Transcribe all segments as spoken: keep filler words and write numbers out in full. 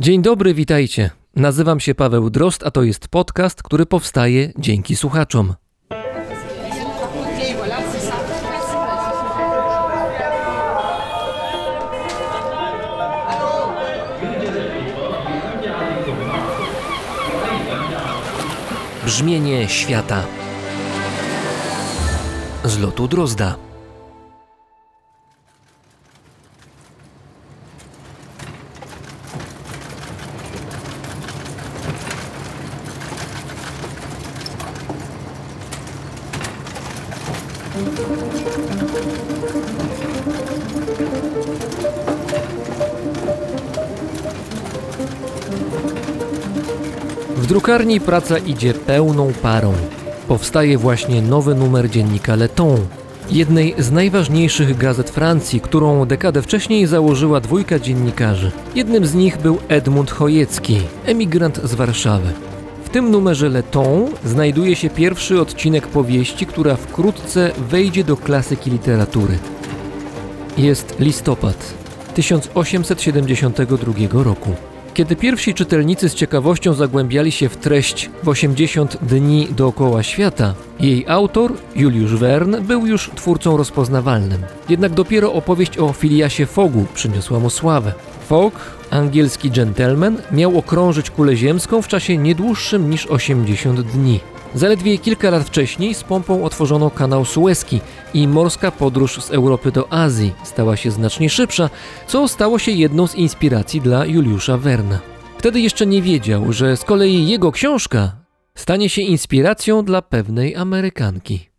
Dzień dobry, witajcie. Nazywam się Paweł Drozd, a to jest podcast, który powstaje dzięki słuchaczom. Brzmienie świata z lotu Drozda. W drukarni praca idzie pełną parą. Powstaje właśnie nowy numer dziennika Le Temps, jednej z najważniejszych gazet Francji, którą dekadę wcześniej założyła dwójka dziennikarzy. Jednym z nich był Edmund Chojecki, emigrant z Warszawy. W tym numerze Le Temps znajduje się pierwszy odcinek powieści, która wkrótce wejdzie do klasyki literatury. Jest listopad tysiąc osiemset siedemdziesiątego drugiego roku. Kiedy pierwsi czytelnicy z ciekawością zagłębiali się w treść w osiemdziesiąt dni dookoła świata, jej autor, Juliusz Verne, był już twórcą rozpoznawalnym. Jednak dopiero opowieść o Phileasie Foggu przyniosła mu sławę. Fogg, angielski dżentelmen, miał okrążyć kulę ziemską w czasie nie dłuższym niż osiemdziesiąt dni. Zaledwie kilka lat wcześniej z pompą otworzono kanał Suezki i morska podróż z Europy do Azji stała się znacznie szybsza, co stało się jedną z inspiracji dla Juliusza Verne'a. Wtedy jeszcze nie wiedział, że z kolei jego książka stanie się inspiracją dla pewnej Amerykanki.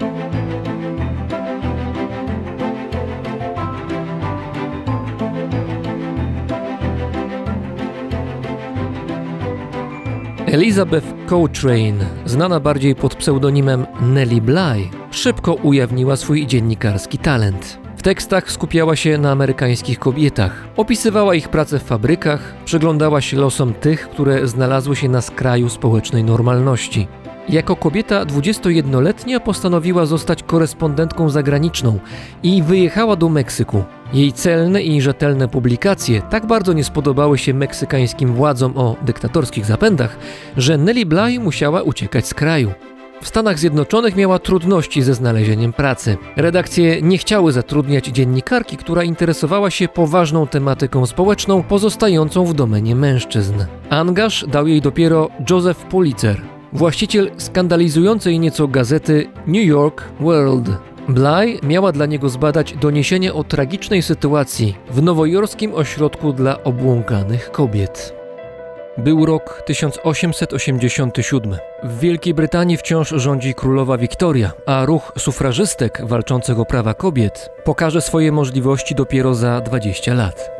Elizabeth Cochrane, znana bardziej pod pseudonimem Nellie Bly, szybko ujawniła swój dziennikarski talent. W tekstach skupiała się na amerykańskich kobietach, opisywała ich pracę w fabrykach, przyglądała się losom tych, które znalazły się na skraju społecznej normalności. Jako kobieta dwudziestojednoletnia postanowiła zostać korespondentką zagraniczną i wyjechała do Meksyku. Jej celne i rzetelne publikacje tak bardzo nie spodobały się meksykańskim władzom o dyktatorskich zapędach, że Nellie Bly musiała uciekać z kraju. W Stanach Zjednoczonych miała trudności ze znalezieniem pracy. Redakcje nie chciały zatrudniać dziennikarki, która interesowała się poważną tematyką społeczną pozostającą w domenie mężczyzn. Angaż dał jej dopiero Joseph Pulitzer, właściciel skandalizującej nieco gazety New York World. Bly miała dla niego zbadać doniesienia o tragicznej sytuacji w nowojorskim ośrodku dla obłąkanych kobiet. Był rok tysiąc osiemset osiemdziesiąty siódmy. W Wielkiej Brytanii wciąż rządzi królowa Wiktoria, a ruch sufrażystek walczących o prawa kobiet pokaże swoje możliwości dopiero za dwadzieścia lat.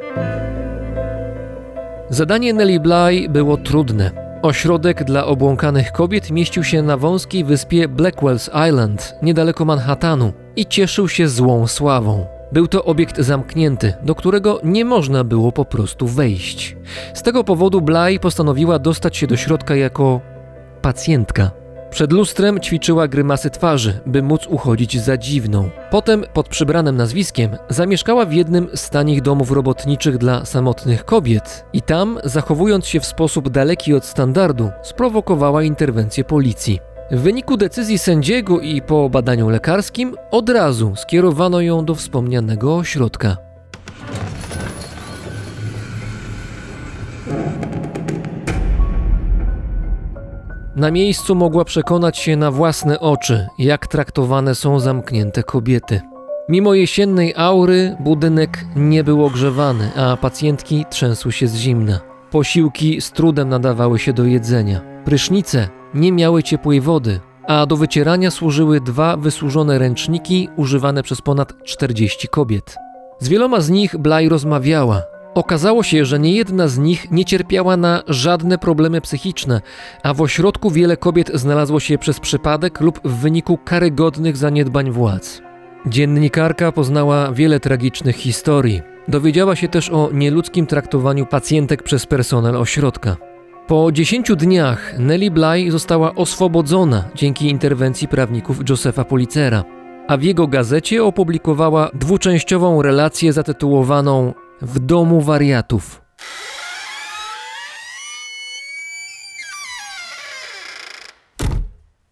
Zadanie Nellie Bly było trudne. Ośrodek dla obłąkanych kobiet mieścił się na wąskiej wyspie Blackwell's Island, niedaleko Manhattanu, i cieszył się złą sławą. Był to obiekt zamknięty, do którego nie można było po prostu wejść. Z tego powodu Bly postanowiła dostać się do środka jako pacjentka. Przed lustrem ćwiczyła grymasy twarzy, by móc uchodzić za dziwną. Potem, pod przybranym nazwiskiem, zamieszkała w jednym z tanich domów robotniczych dla samotnych kobiet i tam, zachowując się w sposób daleki od standardu, sprowokowała interwencję policji. W wyniku decyzji sędziego i po badaniu lekarskim od razu skierowano ją do wspomnianego ośrodka. Na miejscu mogła przekonać się na własne oczy, jak traktowane są zamknięte kobiety. Mimo jesiennej aury budynek nie był ogrzewany, a pacjentki trzęsły się z zimna. Posiłki z trudem nadawały się do jedzenia. Prysznice nie miały ciepłej wody, a do wycierania służyły dwa wysłużone ręczniki używane przez ponad czterdzieści kobiet. Z wieloma z nich Bly rozmawiała. Okazało się, że niejedna z nich nie cierpiała na żadne problemy psychiczne, a w ośrodku wiele kobiet znalazło się przez przypadek lub w wyniku karygodnych zaniedbań władz. Dziennikarka poznała wiele tragicznych historii. Dowiedziała się też o nieludzkim traktowaniu pacjentek przez personel ośrodka. Po dziesięciu dniach Nellie Bly została oswobodzona dzięki interwencji prawników Josepha Pulitzera, a w jego gazecie opublikowała dwuczęściową relację zatytułowaną „W domu wariatów”.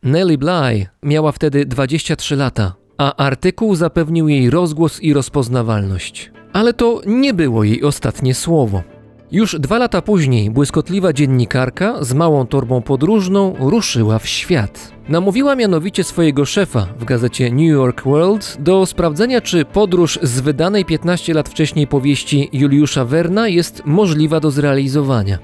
Nellie Bly miała wtedy dwadzieścia trzy lata, a artykuł zapewnił jej rozgłos i rozpoznawalność. Ale to nie było jej ostatnie słowo. Już dwa lata później błyskotliwa dziennikarka z małą torbą podróżną ruszyła w świat. Namówiła mianowicie swojego szefa w gazecie New York World do sprawdzenia, czy podróż z wydanej piętnaście lat wcześniej powieści Juliusza Verna jest możliwa do zrealizowania.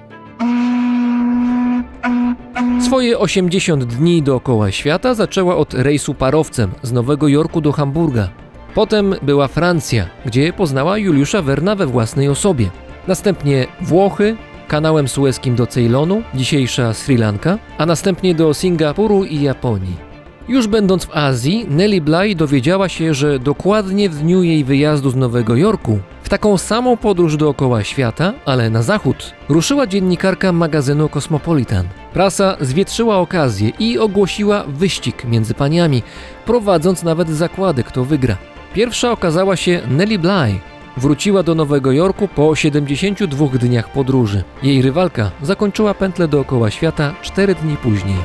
Swoje osiemdziesiąt dni dookoła świata zaczęła od rejsu parowcem z Nowego Jorku do Hamburga. Potem była Francja, gdzie poznała Juliusza Verna we własnej osobie. Następnie Włochy, kanałem sueskim do Ceylonu, dzisiejsza Sri Lanka, a następnie do Singapuru i Japonii. Już będąc w Azji, Nellie Bly dowiedziała się, że dokładnie w dniu jej wyjazdu z Nowego Jorku, w taką samą podróż dookoła świata, ale na zachód, ruszyła dziennikarka magazynu Cosmopolitan. Prasa zwietrzyła okazję i ogłosiła wyścig między paniami, prowadząc nawet zakłady, kto wygra. Pierwsza okazała się Nellie Bly. Wróciła do Nowego Jorku po siedemdziesięciu dwóch dniach podróży. Jej rywalka zakończyła pętlę dookoła świata cztery dni później.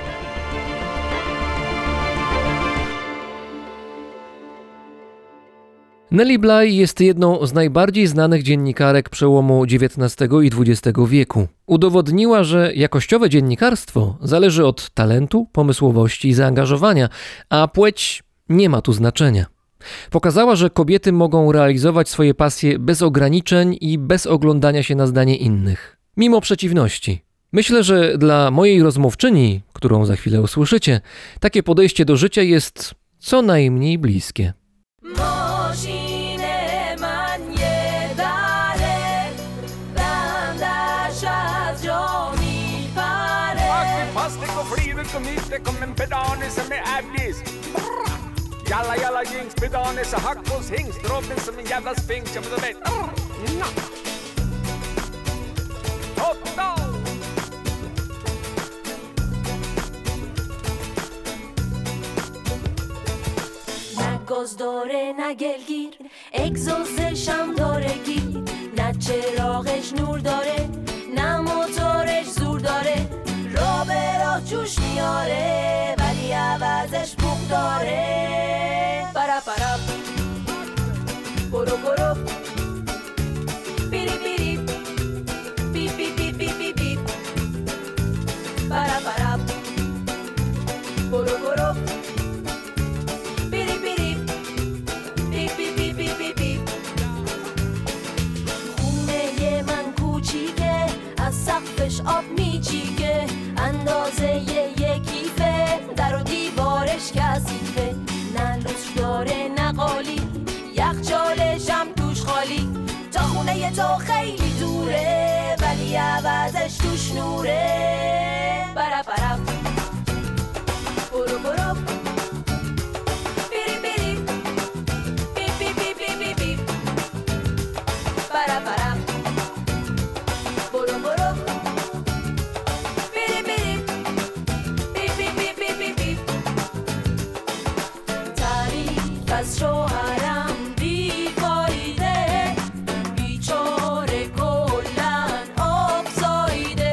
Nellie Bly jest jedną z najbardziej znanych dziennikarek przełomu dziewiętnastego i dwudziestego wieku. Udowodniła, że jakościowe dziennikarstwo zależy od talentu, pomysłowości i zaangażowania, a płeć nie ma tu znaczenia. Pokazała, że kobiety mogą realizować swoje pasje bez ograniczeń i bez oglądania się na zdanie innych. Mimo przeciwności. Myślę, że dla mojej rozmówczyni, którą za chwilę usłyszycie, takie podejście do życia jest co najmniej bliskie. Jalla jalla jinx, bedanes och hackos hingst, Robin som en jävla sphinx, jag vill veta. Hotto! نگاز داره نه گلگیر اگزوزش هم داره گیر نه چراغش نور داره نه موتورش زور داره را به راه جوش میاره ولی عوضش بوق داره برا برا برو برو بیری بیری بی بی بی بی بی بی برا برا برو برو بیری بیری بی بی بی بی بی بی خونه من کوچیکه از سقفش آب میچیکه اندازه یکیفه در و دیوارش کثیفه نه لوش داره نه قالی یخچالش هم توش خالی تا خونه تو خیلی دوره ولی عوضش توش نوره برا برا برو برو بیری بیری بی بی بی بی بی بی برا برا برو برو بیری بیری بی بی بی بی بی بی تعریف از شوهرم بیفایده بیچاره کلن آبزایده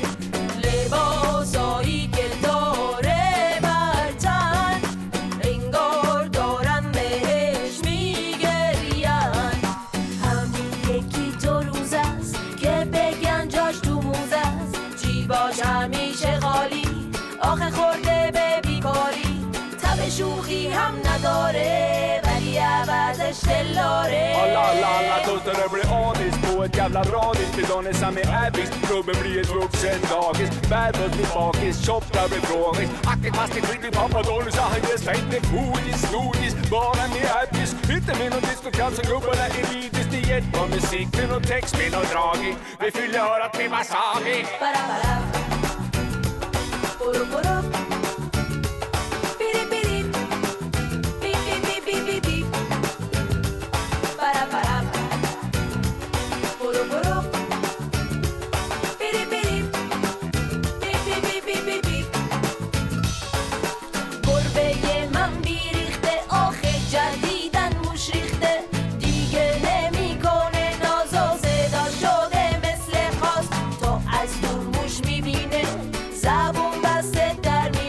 لباسایی که داره برتن انگار دارن بهش میگرین همین یکی دو روز است که بگن جاش تو موز است جیباش همیشه خالی آخه خورده به بیکاری تب شوخی هم نداره ولی عوضش دلاره Alla alla alla toster det blir anis på ett jävla radis. Bedanes med Abbis, klubben blir ett vuxen dagis. Bärbus blir bakis, tjoppar blir frågis. Ackigt mastigt skit i pappadonus, han ger strejt med fotis, snotis. Bara med Abbis, inte med någon discokant som gubbarna är vidis. Det är ett musik med någon textspel och drag i. Vi fyller örat med wasabi. Bara bara Boro boro Biri biri Bi bi bi bi bi bi Bara bara Boro boro Biri biri Bi bi bi bi bi bi گربه من بیریخته آخه جدیدن موش ریخته دیگه نمیکنه ناز و صدا شده مثل خواست تا از دور موش میبینه زبون بسته در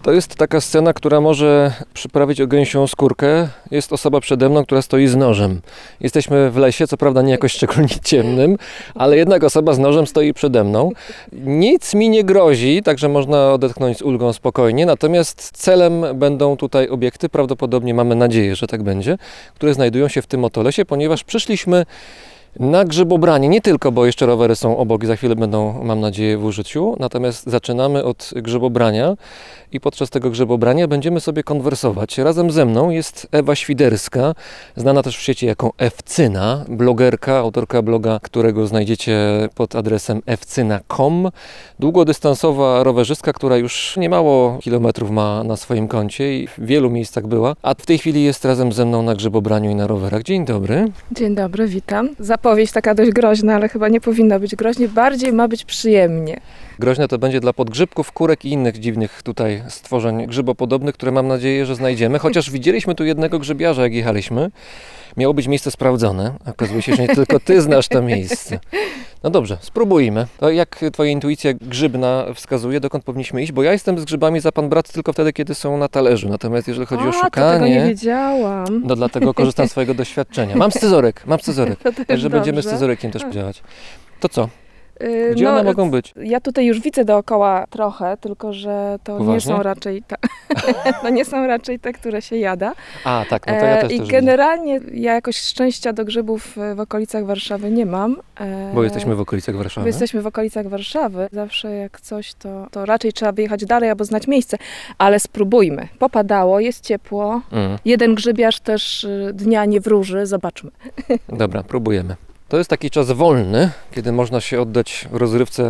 To jest taka scena, która może przyprawić o gęsią skórkę. Jest osoba przede mną, która stoi z nożem. Jesteśmy w lesie, co prawda nie jakoś szczególnie ciemnym, ale jednak osoba z nożem stoi przede mną. Nic mi nie grozi, także można odetchnąć z ulgą spokojnie, natomiast celem będą tutaj obiekty, prawdopodobnie mamy nadzieję, że tak będzie, które znajdują się w tym oto lesie, ponieważ przyszliśmy na grzybobranie, nie tylko, bo jeszcze rowery są obok i za chwilę będą, mam nadzieję, w użyciu. Natomiast zaczynamy od grzybobrania i podczas tego grzybobrania będziemy sobie konwersować. Razem ze mną jest Ewa Świderska, znana też w sieci jako Ewcyna, blogerka, autorka bloga, którego znajdziecie pod adresem ewcyna kropka com. Długodystansowa rowerzystka, która już niemało kilometrów ma na swoim koncie i w wielu miejscach była, a w tej chwili jest razem ze mną na grzybobraniu i na rowerach. Dzień dobry. Dzień dobry, witam. Zapowiedź taka dość groźna, ale chyba nie powinna być groźnie, bardziej ma być przyjemnie. Groźne to będzie dla podgrzybków, kurek i innych dziwnych tutaj stworzeń grzybopodobnych, które mam nadzieję, że znajdziemy. Chociaż widzieliśmy tu jednego grzybiarza, jak jechaliśmy. Miało być miejsce sprawdzone. Okazuje się, że nie tylko ty znasz to miejsce. No dobrze, spróbujmy. To jak twoja intuicja grzybna wskazuje, dokąd powinniśmy iść? Bo ja jestem z grzybami za pan brat tylko wtedy, kiedy są na talerzu. Natomiast jeżeli chodzi A, o to szukanie... tego nie wiedziałam. No dlatego korzystam z swojego doświadczenia. Mam scyzorek, mam scyzorek. To też Także będziemy dobrze. scyzorykiem też działać. To co? Yy, Gdzie no, one mogą być? Ja tutaj już widzę dookoła trochę, tylko że to Poważnie? nie są raczej te, no nie są raczej te, które się jada. A, tak, no to ja E, też I też generalnie ja jakoś szczęścia do grzybów w okolicach Warszawy nie mam. E, Bo jesteśmy w okolicach Bo Warszawy. jesteśmy w okolicach Warszawy. Zawsze jak coś, to, to raczej trzeba wyjechać dalej albo znać miejsce. Ale spróbujmy. Popadało, jest ciepło. Mm. Jeden grzybiarz też y, dnia nie wróży. Zobaczmy. Dobra, próbujemy. To jest taki czas wolny, kiedy można się oddać rozrywce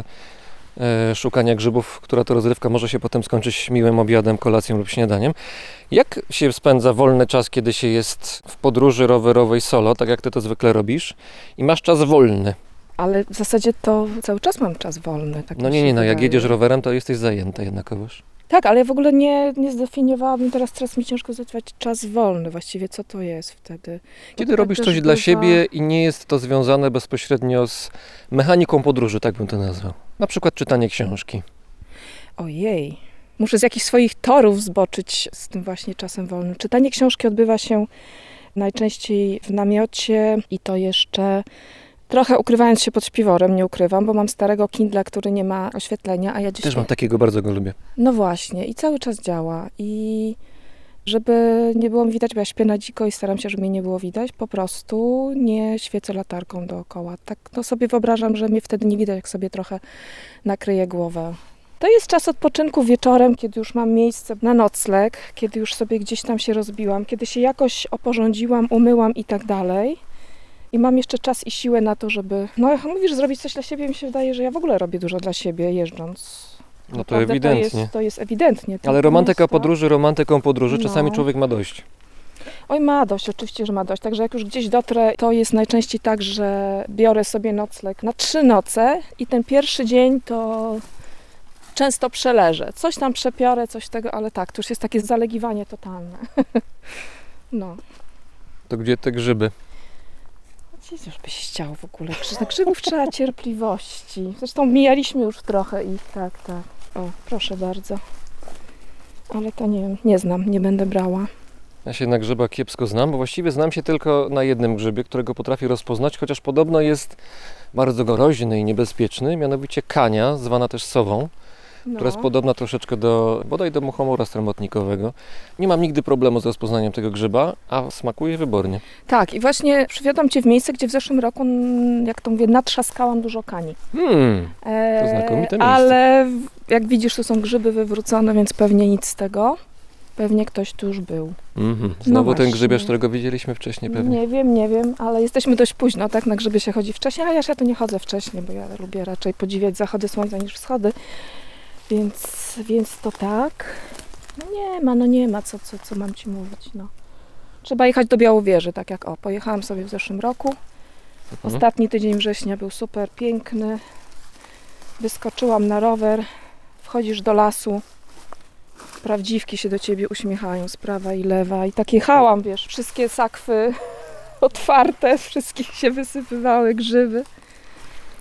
e, szukania grzybów, która to rozrywka może się potem skończyć miłym obiadem, kolacją lub śniadaniem. Jak się spędza wolny czas, kiedy się jest w podróży rowerowej solo, tak jak ty to zwykle robisz, i masz czas wolny? Ale w zasadzie to cały czas mam czas wolny. Tak No mi nie, się nie, no jak wydaje. jedziesz rowerem, to jesteś zajęta jednakowoż. Tak, ale ja w ogóle nie, nie zdefiniowałabym teraz, teraz mi ciężko zdefiniować czas wolny. Właściwie co to jest wtedy? Kiedy tak robisz też coś dla bywa- siebie i nie jest to związane bezpośrednio z mechaniką podróży, tak bym to nazwał. Na przykład czytanie książki. Ojej. Muszę z jakichś swoich torów zboczyć z tym właśnie czasem wolnym. Czytanie książki odbywa się najczęściej w namiocie i to jeszcze trochę ukrywając się pod śpiworem, nie ukrywam, bo mam starego Kindla, który nie ma oświetlenia, a ja gdzieś... Też mam takiego, bardzo go lubię. No właśnie, i cały czas działa. I żeby nie było mi widać, bo ja śpię na dziko i staram się, żeby mnie nie było widać, po prostu nie świecę latarką dookoła. Tak no sobie wyobrażam, że mnie wtedy nie widać, jak sobie trochę nakryję głowę. To jest czas odpoczynku wieczorem, kiedy już mam miejsce na nocleg, kiedy już sobie gdzieś tam się rozbiłam, kiedy się jakoś oporządziłam, umyłam i tak dalej. I mam jeszcze czas i siłę na to, żeby, no jak mówisz, zrobić coś dla siebie, mi się wydaje, że ja w ogóle robię dużo dla siebie jeżdżąc. No to Naprawdę ewidentnie. To jest, to jest ewidentnie. Ale to romantyka jest to. podróży, romantyką podróży, czasami No. człowiek ma dość. Oj, ma dość, oczywiście, że ma dość. Także jak już gdzieś dotrę, to jest najczęściej tak, że biorę sobie nocleg na trzy noce i ten pierwszy dzień to często przeleżę. Coś tam przepiorę, coś tego, ale tak, to już jest takie zalegiwanie totalne. No. To gdzie te grzyby? Gdzieś już byś chciał w ogóle. Przecież na grzybów trzeba cierpliwości. Zresztą mijaliśmy już trochę ich, tak, tak. O, proszę bardzo. Ale to nie wiem, nie znam, nie będę brała. Ja się na grzybach kiepsko znam, bo właściwie znam się tylko na jednym grzybie, którego potrafię rozpoznać, chociaż podobno jest bardzo groźny i niebezpieczny, mianowicie kania, zwana też sową, No. która jest podobna troszeczkę do, bodaj do muchomora stromotnikowego. Nie mam nigdy problemu z rozpoznaniem tego grzyba, a smakuje wybornie. Tak, i właśnie przywiodłam Cię w miejsce, gdzie w zeszłym roku, mm, jak to mówię, natrzaskałam dużo kani. Hmm, E, To znakomite miejsce. Ale w- jak widzisz, tu są grzyby wywrócone, więc pewnie nic z tego. Pewnie ktoś tu już był. mhm. Znowu ten właśnie. grzybiarz, którego widzieliśmy wcześniej pewnie. Nie wiem, nie wiem, ale jesteśmy dość późno, tak? Na grzyby się chodzi wcześniej, a ja się tu nie chodzę wcześniej, bo ja lubię raczej podziwiać zachody słońca niż wschody. Więc, więc to tak. No nie ma, no nie ma, co, co, co mam Ci mówić, no. Trzeba jechać do Białowieży, tak jak o, pojechałam sobie w zeszłym roku. Mhm. Ostatni tydzień września był super piękny. Wyskoczyłam na rower, wchodzisz do lasu. Prawdziwki się do ciebie uśmiechają z prawa i lewa. I tak jechałam, wiesz, wszystkie sakwy otwarte, z wszystkich się wysypywały grzyby.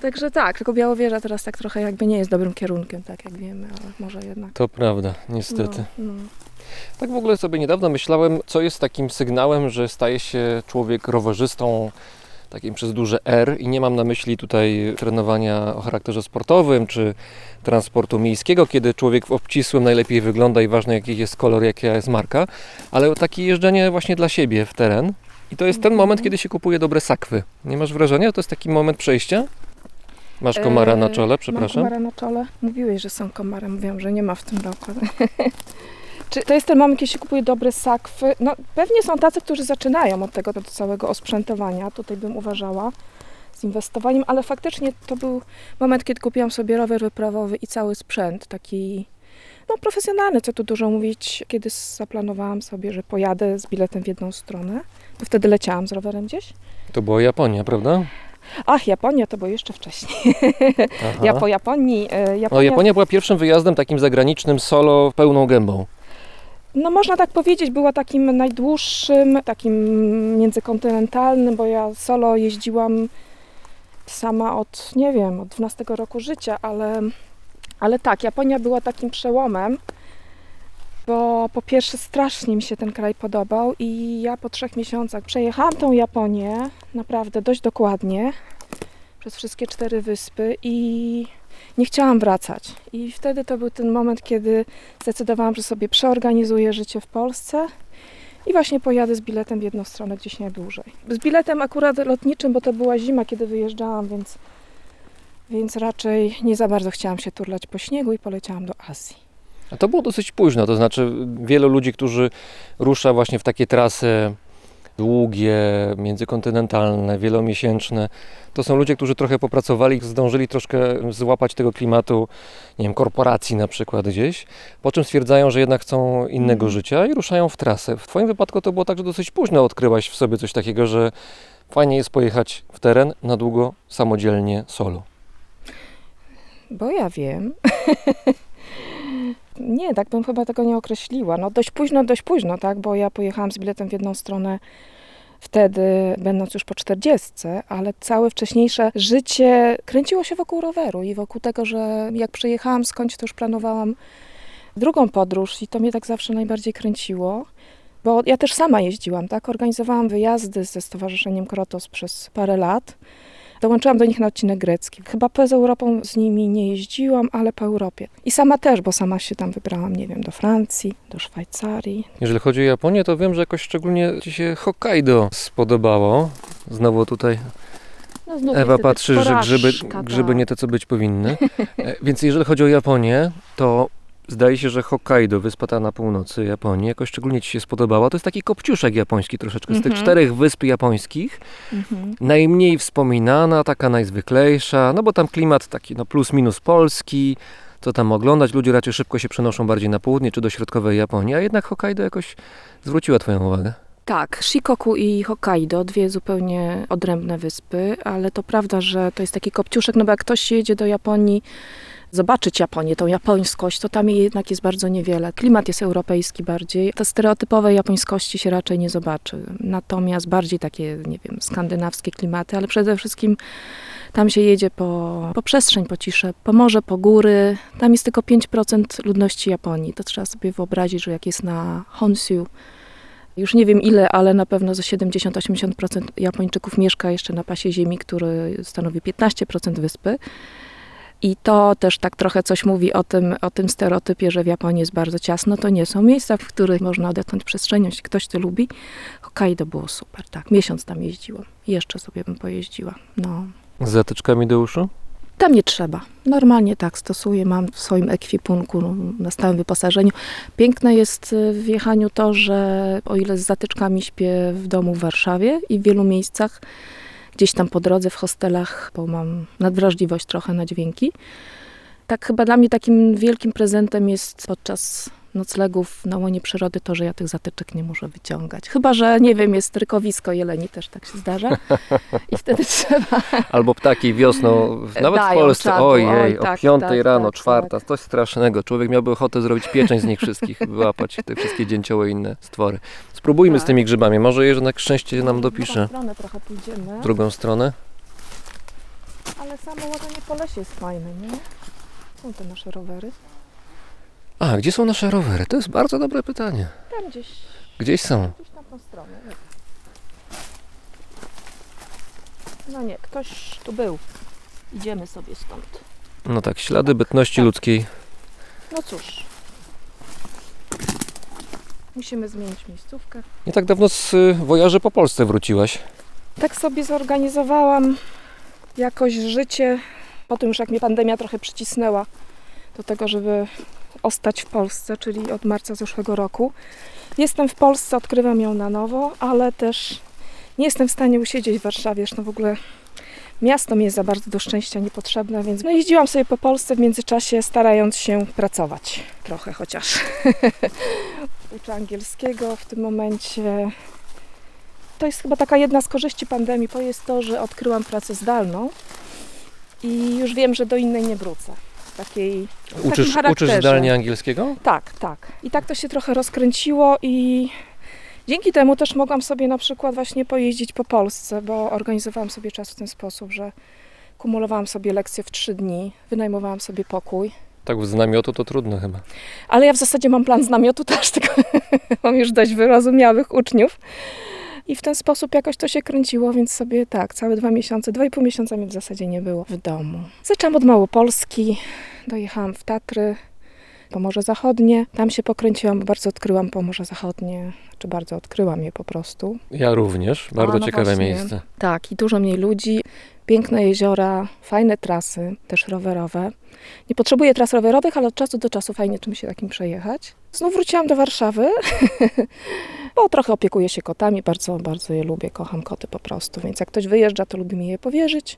Także tak, tylko Białowieża teraz tak trochę jakby nie jest dobrym kierunkiem, tak jak wiemy, ale może jednak. To prawda, niestety. No, no. Tak w ogóle sobie niedawno myślałem, co jest takim sygnałem, że staje się człowiek rowerzystą takim przez duże R i nie mam na myśli tutaj trenowania o charakterze sportowym czy transportu miejskiego, kiedy człowiek w obcisłym najlepiej wygląda i ważne jaki jest kolor, jaka jest marka, ale takie jeżdżenie właśnie dla siebie w teren. I to jest ten moment, kiedy się kupuje dobre sakwy. Nie masz wrażenia? To jest taki moment przejścia? Masz komara na czole, przepraszam. Mam komara na czole. Mówiłeś, że są komary. Mówiłam, że nie ma w tym roku. Czy to jest ten moment, kiedy się kupuje dobre sakwy? No pewnie są tacy, którzy zaczynają od tego do całego osprzętowania. Tutaj bym uważała z inwestowaniem, ale faktycznie to był moment, kiedy kupiłam sobie rower wyprawowy i cały sprzęt taki no profesjonalny, co tu dużo mówić, kiedy zaplanowałam sobie, że pojadę z biletem w jedną stronę. To wtedy leciałam z rowerem gdzieś. To była Japonia, prawda? Ach, Japonia to było jeszcze wcześniej. Ja po Japonii... e, Japonia, O, Japonia była pierwszym wyjazdem takim zagranicznym solo pełną gębą. No można tak powiedzieć, była takim najdłuższym, takim międzykontynentalnym, bo ja solo jeździłam sama od, nie wiem, od dwunastego roku życia, ale, ale tak, Japonia była takim przełomem, bo po pierwsze strasznie mi się ten kraj podobał i ja po trzech miesiącach przejechałam tą Japonię naprawdę dość dokładnie przez wszystkie cztery wyspy i nie chciałam wracać. I wtedy to był ten moment, kiedy zdecydowałam, że sobie przeorganizuję życie w Polsce i właśnie pojadę z biletem w jedną stronę gdzieś nie dłużej. Z biletem akurat lotniczym, bo to była zima, kiedy wyjeżdżałam, więc, więc raczej nie za bardzo chciałam się turlać po śniegu i poleciałam do Azji. A to było dosyć późno, to znaczy wielu ludzi, którzy rusza właśnie w takie trasy długie, międzykontynentalne, wielomiesięczne, to są ludzie, którzy trochę popracowali, zdążyli troszkę złapać tego klimatu, nie wiem, korporacji na przykład gdzieś, po czym stwierdzają, że jednak chcą innego życia i ruszają w trasę. W Twoim wypadku to było tak, że dosyć późno odkryłaś w sobie coś takiego, że fajnie jest pojechać w teren na długo, samodzielnie, solo. Bo ja wiem. Nie, tak bym chyba tego nie określiła. No dość późno, dość późno, tak, bo ja pojechałam z biletem w jedną stronę wtedy, będąc już po czterdziestce, ale całe wcześniejsze życie kręciło się wokół roweru i wokół tego, że jak przyjechałam skądś, to już planowałam drugą podróż i to mnie tak zawsze najbardziej kręciło, bo ja też sama jeździłam, tak, organizowałam wyjazdy ze Stowarzyszeniem Krotos przez parę lat. Dołączyłam do nich na odcinek grecki. Chyba poza Europą z nimi nie jeździłam, ale po Europie. I sama też, bo sama się tam wybrałam, nie wiem, do Francji, do Szwajcarii. Jeżeli chodzi o Japonię, to wiem, że jakoś szczególnie Ci się Hokkaido spodobało. Znowu tutaj No, znów Ewa niestety patrzy, że grzyby, porażka, grzyby tak. nie te, co być powinny. E, Więc jeżeli chodzi o Japonię, to zdaje się, że Hokkaido, wyspa ta na północy Japonii, jakoś szczególnie Ci się spodobała. To jest taki kopciuszek japoński troszeczkę. Z tych Mhm. czterech wysp japońskich Mhm. najmniej wspominana, taka najzwyklejsza, no bo tam klimat taki no plus minus polski, co tam oglądać. Ludzie raczej szybko się przenoszą bardziej na południe czy do środkowej Japonii, a jednak Hokkaido jakoś zwróciła Twoją uwagę. Tak, Shikoku i Hokkaido, dwie zupełnie odrębne wyspy, ale to prawda, że to jest taki kopciuszek, no bo jak ktoś jedzie do Japonii, zobaczyć Japonię, tą japońskość, to tam jej jednak jest bardzo niewiele. Klimat jest europejski bardziej. Te stereotypowe japońskości się raczej nie zobaczy. Natomiast bardziej takie, nie wiem, skandynawskie klimaty, ale przede wszystkim tam się jedzie po, po przestrzeń, po ciszę, po morze, po góry. Tam jest tylko pięć procent ludności Japonii. To trzeba sobie wyobrazić, że jak jest na Honshu, już nie wiem ile, ale na pewno ze siedemdziesiąt do osiemdziesięciu procent Japończyków mieszka jeszcze na pasie ziemi, który stanowi piętnaście procent wyspy. I to też tak trochę coś mówi o tym, o tym stereotypie, że w Japonii jest bardzo ciasno. To nie są miejsca, w których można odetchnąć przestrzenią, jeśli ktoś to lubi. Hokkaido było super, tak. Miesiąc tam jeździłam. Jeszcze sobie bym pojeździła. No. Z zatyczkami do uszu? Tam nie trzeba. Normalnie tak stosuję. Mam w swoim ekwipunku, no, na stałym wyposażeniu. Piękne jest w jechaniu to, że o ile z zatyczkami śpię w domu w Warszawie i w wielu miejscach, gdzieś tam po drodze w hostelach, bo mam nadwrażliwość trochę na dźwięki. Tak chyba dla mnie takim wielkim prezentem jest podczas noclegów na łonie przyrody to, że ja tych zatyczek nie muszę wyciągać. Chyba że, nie wiem, jest rykowisko jeleni, też tak się zdarza. I wtedy trzeba... Albo ptaki wiosną, nawet Dają w Polsce, czadu, ojej, oj, o tak, piątej tak, rano, tak, czwarta, tak. coś strasznego. Człowiek miałby ochotę zrobić pieczeń z nich wszystkich, wyłapać te wszystkie dzięcioły i inne stwory. Spróbujmy Tak. z tymi grzybami, może jednak szczęście nam W dopisze. drugą stronę trochę pójdziemy. W drugą stronę. Ale samo łażenie po lesie jest fajne, nie? Są te nasze rowery. A, gdzie są nasze rowery? To jest bardzo dobre pytanie. Tam gdzieś, Gdzieś są. gdzieś na tą stronę. Nie. No nie, ktoś tu był. Idziemy sobie stąd. No tak, ślady bytności ludzkiej. No cóż. Musimy zmienić miejscówkę. Nie tak dawno z y, wojaży po Polsce wróciłaś. Tak sobie zorganizowałam jakoś życie, po tym już jak mnie pandemia trochę przycisnęła do tego, żeby ostać w Polsce, czyli od marca zeszłego roku. Jestem w Polsce, odkrywam ją na nowo, ale też nie jestem w stanie usiedzieć w Warszawie, zresztą w ogóle miasto mi jest za bardzo do szczęścia niepotrzebne, więc no jeździłam sobie po Polsce w międzyczasie, starając się pracować trochę chociaż. Uczę angielskiego w tym momencie. To jest chyba taka jedna z korzyści pandemii, to jest to, że odkryłam pracę zdalną i już wiem, że do innej nie wrócę. Takiej, w takim Uczysz, uczysz charakterze. zdalnie angielskiego? Tak, tak. I tak to się trochę rozkręciło i dzięki temu też mogłam sobie na przykład właśnie pojeździć po Polsce, bo organizowałam sobie czas w ten sposób, że kumulowałam sobie lekcje w trzy dni, wynajmowałam sobie pokój. Tak, z namiotu to trudno chyba. Ale ja w zasadzie mam plan z namiotu też, tylko mam już dość wyrozumiałych uczniów. I w ten sposób jakoś to się kręciło, więc sobie tak, całe dwa miesiące, dwa i pół miesiąca mnie w zasadzie nie było w domu. Zaczęłam od Małopolski, dojechałam w Tatry, Pomorze Zachodnie. Tam się pokręciłam, bo bardzo odkryłam Pomorze Zachodnie, czy bardzo odkryłam je po prostu. Ja również, bardzo A, no ciekawe właśnie. miejsce. Tak, i dużo mniej ludzi, piękne jeziora, fajne trasy, też rowerowe. Nie potrzebuję tras rowerowych, ale od czasu do czasu fajnie czymś się takim przejechać. Znów wróciłam do Warszawy, bo trochę opiekuję się kotami, bardzo, bardzo je lubię, kocham koty po prostu, więc jak ktoś wyjeżdża, to lubi mi je powierzyć.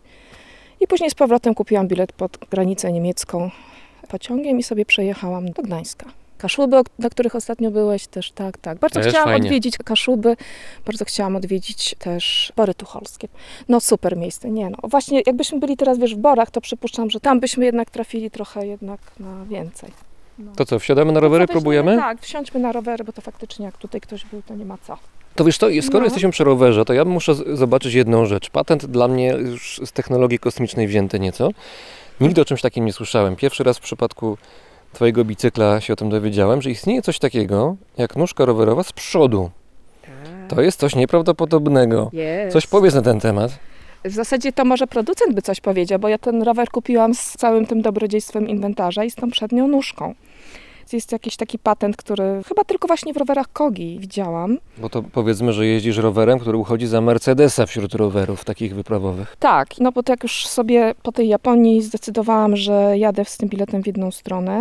I później z powrotem kupiłam bilet pod granicę niemiecką pociągiem i sobie przejechałam do Gdańska. Kaszuby, do których ostatnio byłeś też, tak, tak. Bardzo Też chciałam fajnie. odwiedzić Kaszuby, bardzo chciałam odwiedzić też Bory Tucholskie. No super miejsce, nie no. Właśnie jakbyśmy byli teraz, wiesz, w Borach, to przypuszczam, że tam byśmy jednak trafili trochę jednak na więcej. No. To co, wsiadamy na rowery, Co weźmiemy? próbujemy? Tak, wsiądźmy na rowery, bo to faktycznie jak tutaj ktoś był, to nie ma co. To wiesz to, skoro No. jesteśmy przy rowerze, to ja muszę z- zobaczyć jedną rzecz. Patent dla mnie już z technologii kosmicznej wzięty nieco. Nigdy o czymś takim nie słyszałem. Pierwszy raz w przypadku twojego bicykla się o tym dowiedziałem, że istnieje coś takiego jak nóżka rowerowa z przodu. To jest coś nieprawdopodobnego. Jest. Coś powiedz na ten temat. W zasadzie to może producent by coś powiedział, bo ja ten rower kupiłam z całym tym dobrodziejstwem inwentarza i z tą przednią nóżką. Jest jakiś taki patent, który chyba tylko właśnie w rowerach Kogi widziałam. Bo to powiedzmy, że jeździsz rowerem, który uchodzi za Mercedesa wśród rowerów takich wyprawowych. Tak, no bo to jak już sobie po tej Japonii zdecydowałam, że jadę z tym biletem w jedną stronę,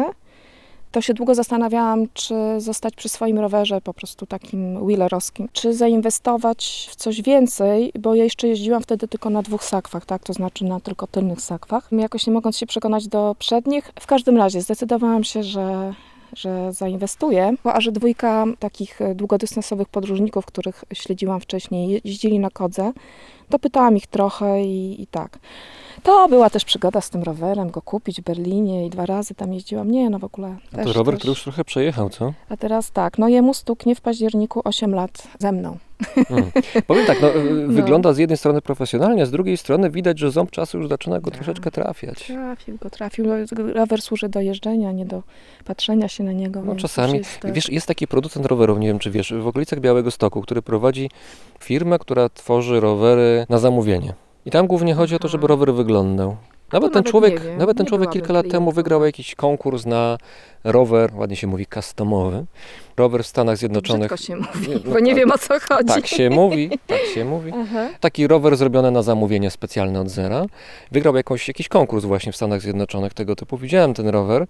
to się długo zastanawiałam, czy zostać przy swoim rowerze po prostu takim wheelerowskim, czy zainwestować w coś więcej, bo ja jeszcze jeździłam wtedy tylko na dwóch sakwach, tak, to znaczy na tylko tylnych sakwach. Jakoś nie mogąc się przekonać do przednich, w każdym razie zdecydowałam się, że że zainwestuję, a że dwójka takich długodystansowych podróżników, których śledziłam wcześniej, jeździli na Kodze, to pytałam ich trochę i, i tak. To była też przygoda z tym rowerem, go kupić w Berlinie i dwa razy tam jeździłam. Nie, no w ogóle To też, rower, też. który już trochę przejechał, co? A teraz tak, no jemu stuknie w październiku osiem lat ze mną. Mm. Powiem tak, no, y, wygląda z jednej strony profesjonalnie, a z drugiej strony widać, że ząb czasu już zaczyna go Tak. troszeczkę trafiać. Trafił go, trafił. Rower służy do jeżdżenia, nie do patrzenia się na niego. No więc czasami, już jest, tak. wiesz, jest taki producent rowerów, nie wiem czy wiesz, w okolicach Białegostoku, który prowadzi firmę, która tworzy rowery na zamówienie. I tam głównie chodzi o to, Aha. żeby rower wyglądał. Nawet to ten nawet człowiek, nie wiem, nawet ten nie człowiek byłabym kilka lat temu klientką. wygrał jakiś konkurs na rower, ładnie się mówi, customowy. Rower w Stanach Zjednoczonych. Brzydko się mówi, Nie, no bo nie tak- wiem o co chodzi. Tak się mówi, tak się mówi. Aha. Taki rower zrobiony na zamówienie specjalne od zera. Wygrał jakąś, jakiś konkurs właśnie w Stanach Zjednoczonych tego typu. Widziałem ten rower.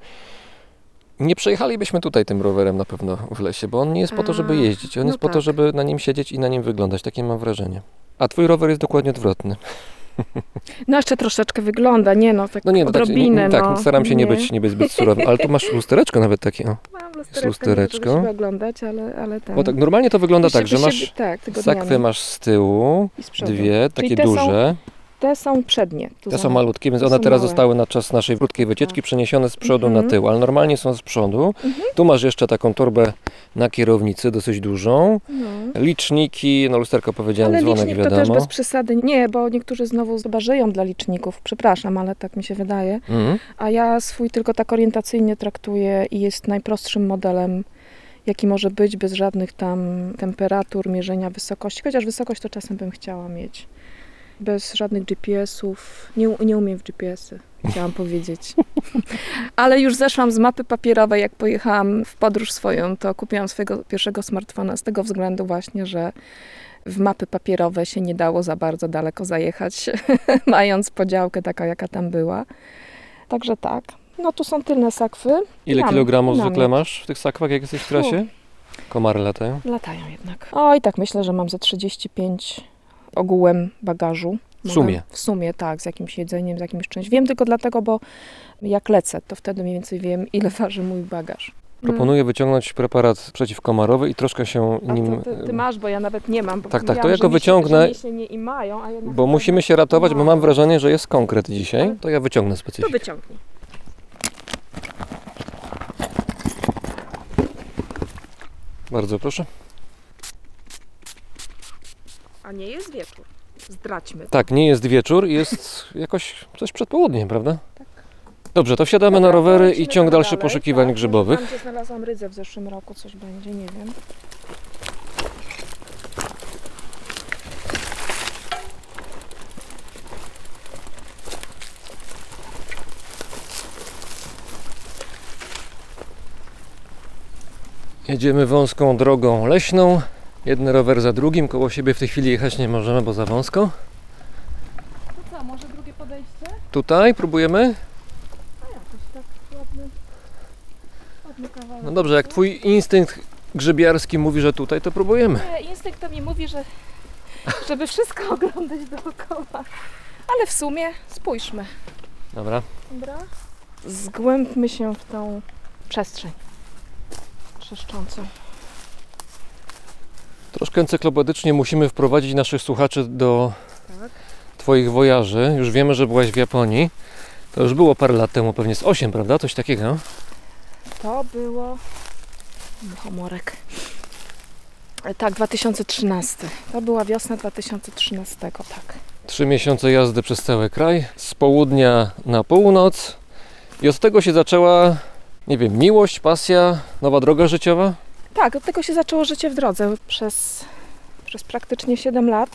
Nie przejechalibyśmy tutaj tym rowerem na pewno w lesie, bo on nie jest po to, żeby A, jeździć. On no jest po to, tak. żeby na nim siedzieć i na nim wyglądać. Takie mam wrażenie. A twój rower jest dokładnie odwrotny. No jeszcze troszeczkę wygląda, nie no, tak No nie, no tak, odrobinę, nie, tak no. staram się nie być, nie być zbyt surowy, ale tu masz lustereczko nawet takie. O. Mam lustereczko, lustereczko, nie żeby się oglądać, ale, ale ten. Bo tak, normalnie to wygląda Jeszcze tak, że by masz się- tak, sakwy tygodniami masz z tyłu, i z przodu. dwie, takie te są- duże. Te te są przednie. Tu Te za- są malutkie, więc to one są teraz małe. zostały na czas naszej krótkiej wycieczki przeniesione z przodu Mhm. na tył, ale normalnie są z przodu. Tu masz jeszcze taką torbę na kierownicy, dosyć dużą. No. Liczniki, no lusterko powiedziałem, Ale dzwonek licznik to wiadomo. też bez przesady. Nie, bo niektórzy znowu chyba żyją dla liczników. Przepraszam, ale tak mi się wydaje. Mhm. A ja swój tylko tak orientacyjnie traktuję i jest najprostszym modelem, jaki może być, bez żadnych tam temperatur, mierzenia wysokości. Chociaż wysokość to czasem bym chciała mieć. Bez żadnych G P S-ów. Nie, u- nie umiem w G P S-y, chciałam powiedzieć. Ale już zeszłam z mapy papierowej, jak pojechałam w podróż swoją, to kupiłam swojego pierwszego smartfona z tego względu właśnie, że w mapy papierowe się nie dało za bardzo daleko zajechać, mając podziałkę taka, jaka tam była. Także tak. No tu są tylne sakwy. Ile Namiot, kilogramów namiot. zwykle masz w tych sakwach, jak jesteś w trasie? Komary latają. Latają jednak. Oj, tak myślę, że mam ze trzydzieści pięć ogółem bagażu. W sumie? W sumie, tak, z jakimś jedzeniem, z jakimś czymś. Wiem tylko dlatego, bo jak lecę, to wtedy mniej więcej wiem, ile waży mój bagaż. Proponuję wyciągnąć preparat przeciwkomarowy i troszkę się A nim... to ty, ty masz, bo ja nawet nie mam. Bo Tak, tak, mówiłam, to ja że go mi się- wyciągnę, że mi się nie imają, a jednak Bo musimy się ratować, bo mam wrażenie, że jest konkret dzisiaj. Ale- To ja wyciągnę To specyfikę. wyciągnij. Bardzo proszę. A nie jest wieczór. Zdradźmy. Tak, nie jest wieczór, jest jakoś coś przed południem, prawda? Tak. Dobrze, to wsiadamy Dobra, na rowery lecimy i ciąg trochę dalszy dalej, poszukiwań tak. grzybowych. Tam, gdzie znalazłam rydzę w zeszłym roku, coś będzie, nie wiem. Jedziemy wąską drogą leśną. Jeden rower za drugim, koło siebie w tej chwili jechać nie możemy, bo za wąsko. To co, może drugie podejście? Tutaj próbujemy? A jakoś tak ładny, ładny kawałek. No dobrze, jak twój instynkt grzybiarski mówi, że tutaj, to próbujemy. Nie, instynkt to mi mówi, że żeby wszystko oglądać dookoła. Ale w sumie spójrzmy. Dobra. Dobra? Zgłębmy się w tą przestrzeń trzeszczącą. Troszkę encyklopedycznie musimy wprowadzić naszych słuchaczy do Tak. twoich wojaży. Już wiemy, że byłaś w Japonii. To już było parę lat temu, pewnie z osiem, prawda? Coś takiego. To było... Muchomorek. Tak, dwa tysiące trzynasty. To była wiosna dwa tysiące trzynastego, tak. Trzy miesiące jazdy przez cały kraj, z południa na północ. I od tego się zaczęła, nie wiem, miłość, pasja, nowa droga życiowa? Tak, od tego się zaczęło życie w drodze. Przez, przez praktycznie siedem lat.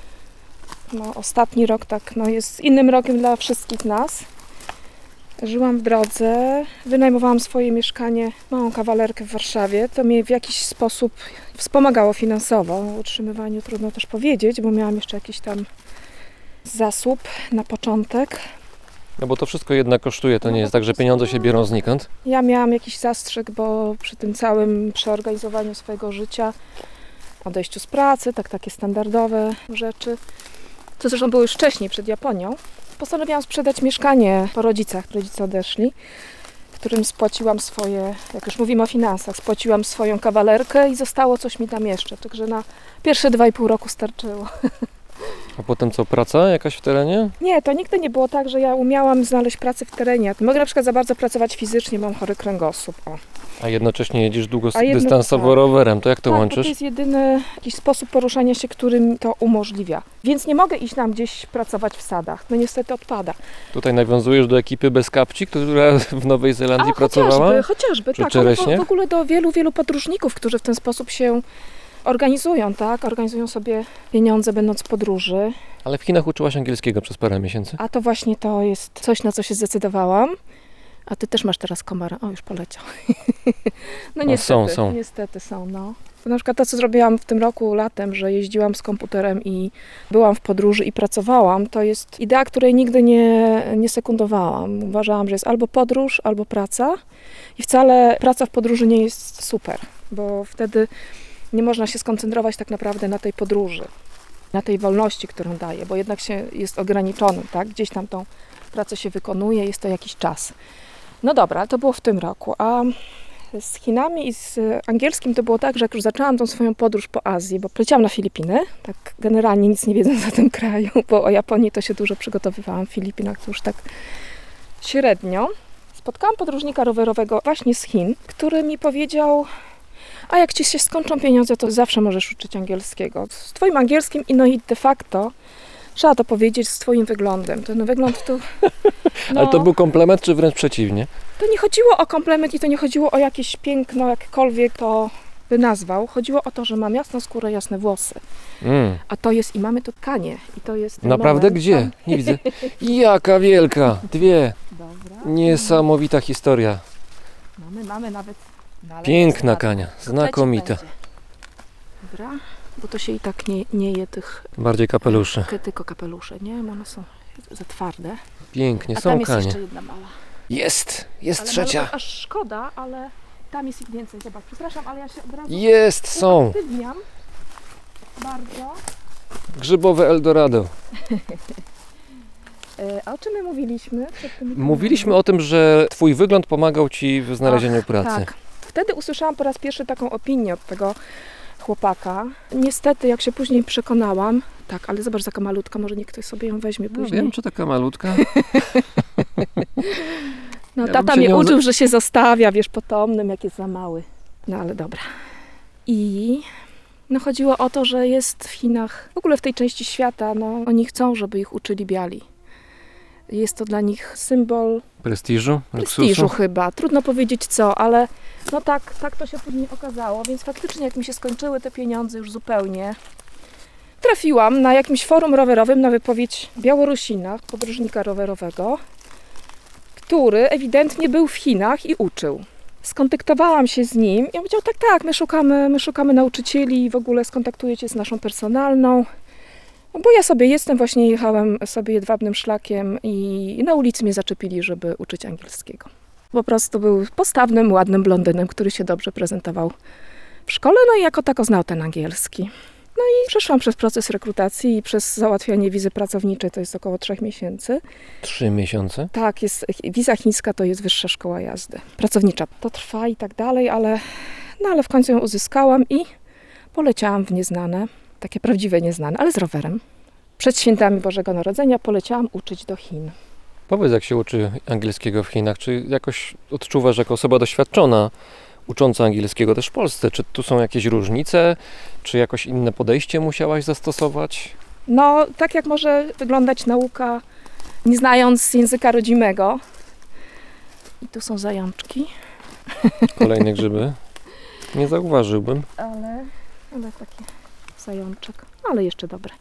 No, ostatni rok tak, no, jest innym rokiem dla wszystkich nas. Żyłam w drodze, wynajmowałam swoje mieszkanie, małą kawalerkę w Warszawie. To mnie w jakiś sposób wspomagało finansowo. O utrzymywaniu trudno też powiedzieć, bo miałam jeszcze jakiś tam zasób na początek. No bo to wszystko jednak kosztuje, to No nie bo jest to tak, że pieniądze się biorą znikąd. Ja miałam jakiś zastrzyk, bo przy tym całym przeorganizowaniu swojego życia, odejściu z pracy, tak takie standardowe rzeczy, co zresztą było już wcześniej, przed Japonią, postanowiłam sprzedać mieszkanie po rodzicach. Rodzice odeszli, którym spłaciłam swoje, jak już mówimy o finansach, spłaciłam swoją kawalerkę i zostało coś mi tam jeszcze. Także na pierwsze dwa i pół roku starczyło. A potem co, praca jakaś w terenie? Nie, to nigdy nie było tak, że ja umiałam znaleźć pracę w terenie. Mogę na przykład za bardzo pracować fizycznie, mam chory kręgosłup. O. A jednocześnie jedziesz A długodystansowo jedno- tak. rowerem, to jak to tak, bo łączysz? to jest jedyny jakiś sposób poruszania się, który mi to umożliwia. Więc nie mogę iść tam gdzieś pracować w sadach. No niestety odpada. Tutaj nawiązujesz do ekipy bez kapci, która w Nowej Zelandii A pracowała? chociażby, chociażby Przy tak. Ale w, czereśniach? w ogóle do wielu, wielu podróżników, którzy w ten sposób się organizują, tak? Organizują sobie pieniądze będąc w podróży. Ale w Chinach uczyłaś angielskiego przez parę miesięcy. A to właśnie to jest coś, na co się zdecydowałam. A ty też masz teraz komara. O, już poleciał. No niestety, są, są. niestety są, no. Na przykład to, co zrobiłam w tym roku latem, że jeździłam z komputerem i byłam w podróży i pracowałam, to jest idea, której nigdy nie, nie sekundowałam. Uważałam, że jest albo podróż, albo praca. I wcale praca w podróży nie jest super, bo wtedy nie można się skoncentrować tak naprawdę na tej podróży, na tej wolności, którą daje, bo jednak się jest ograniczonym, tak? Gdzieś tam tą pracę się wykonuje, jest to jakiś czas. No dobra, to było w tym roku, a z Chinami i z angielskim to było tak, że jak już zaczęłam tą swoją podróż po Azji, bo poleciałam na Filipiny, tak generalnie nic nie wiedząc o tym kraju, bo o Japonii to się dużo przygotowywałam, w Filipinach to już tak średnio. Spotkałam podróżnika rowerowego właśnie z Chin, który mi powiedział: a jak ci się skończą pieniądze, to zawsze możesz uczyć angielskiego. Z twoim angielskim i no i de facto trzeba to powiedzieć z twoim wyglądem. Ten wygląd to... No, Ale to był komplement, czy wręcz przeciwnie? to nie chodziło o komplement i to nie chodziło o jakieś piękno, jakkolwiek to by nazwał. Chodziło o to, że mam jasną skórę, jasne włosy. Mm. A to jest, i mamy tu tkanie. I to jest ten Naprawdę? moment, Gdzie? tam- Nie widzę. Jaka wielka! Dwie. Dobra. Niesamowita historia. Mamy, mamy nawet... nalewek Piękna z Kania, Kotlecik znakomita. będzie. Dobra, bo to się i tak nie, nie je tych, Bardziej kapelusze. tylko kapelusze, nie? Bo one są za twarde. Pięknie, A są tam jest Kanie. jeszcze jedna mała. Jest! Jest Ale trzecia. Aż szkoda, ale tam jest ich więcej. Zobacz, przepraszam, ale ja się od razu Jest, są. uaktywniam bardzo. Grzybowe Eldorado. E, A o czym my mówiliśmy? przed tymi Mówiliśmy o tym, że twój wygląd pomagał ci w znalezieniu Ach, pracy. Tak. Wtedy usłyszałam po raz pierwszy taką opinię od tego chłopaka. Niestety, jak się później przekonałam, tak, ale zobacz, jaka malutka, może niech ktoś sobie ją weźmie No później. wiem, czy taka malutka. No, Ja tata bym się mnie nią uczył, za- że się zostawia, wiesz, potomnym, jak jest za mały. No ale dobra. I no chodziło o to, że jest w Chinach, w ogóle w tej części świata, no oni chcą, żeby ich uczyli biali. Jest to dla nich symbol Prestiżu, prestiżu luksusu. chyba. Trudno powiedzieć co, ale no tak, tak to się później okazało. Więc faktycznie jak mi się skończyły te pieniądze już zupełnie, trafiłam na jakimś forum rowerowym na wypowiedź Białorusina, podróżnika rowerowego, który ewidentnie był w Chinach i uczył. Skontaktowałam się z nim i on powiedział: tak, tak, my szukamy, my szukamy nauczycieli i w ogóle skontaktujecie z naszą personalną. No bo ja sobie jestem, właśnie jechałem sobie jedwabnym szlakiem i na ulicy mnie zaczepili, żeby uczyć angielskiego. Po prostu był postawnym, ładnym blondynem, który się dobrze prezentował w szkole, no i jako tako znał ten angielski. No i przeszłam przez proces rekrutacji i przez załatwianie wizy pracowniczej, to jest około trzech miesięcy. Trzy miesiące. Tak, jest, wiza chińska to jest wyższa szkoła jazdy, pracownicza. To trwa i tak dalej, ale, no ale w końcu ją uzyskałam i poleciałam w nieznane, takie prawdziwe nieznane, ale z rowerem. Przed świętami Bożego Narodzenia poleciałam uczyć do Chin. Powiedz, jak się uczy angielskiego w Chinach. Czy jakoś odczuwasz jako osoba doświadczona, ucząca angielskiego też w Polsce? Czy tu są jakieś różnice? Czy jakoś inne podejście musiałaś zastosować? No, tak jak może wyglądać nauka, nie znając języka rodzimego. I tu są zajączki, Kolejne grzyby? Nie zauważyłbym. ale, ale taki zajączek, ale jeszcze dobre.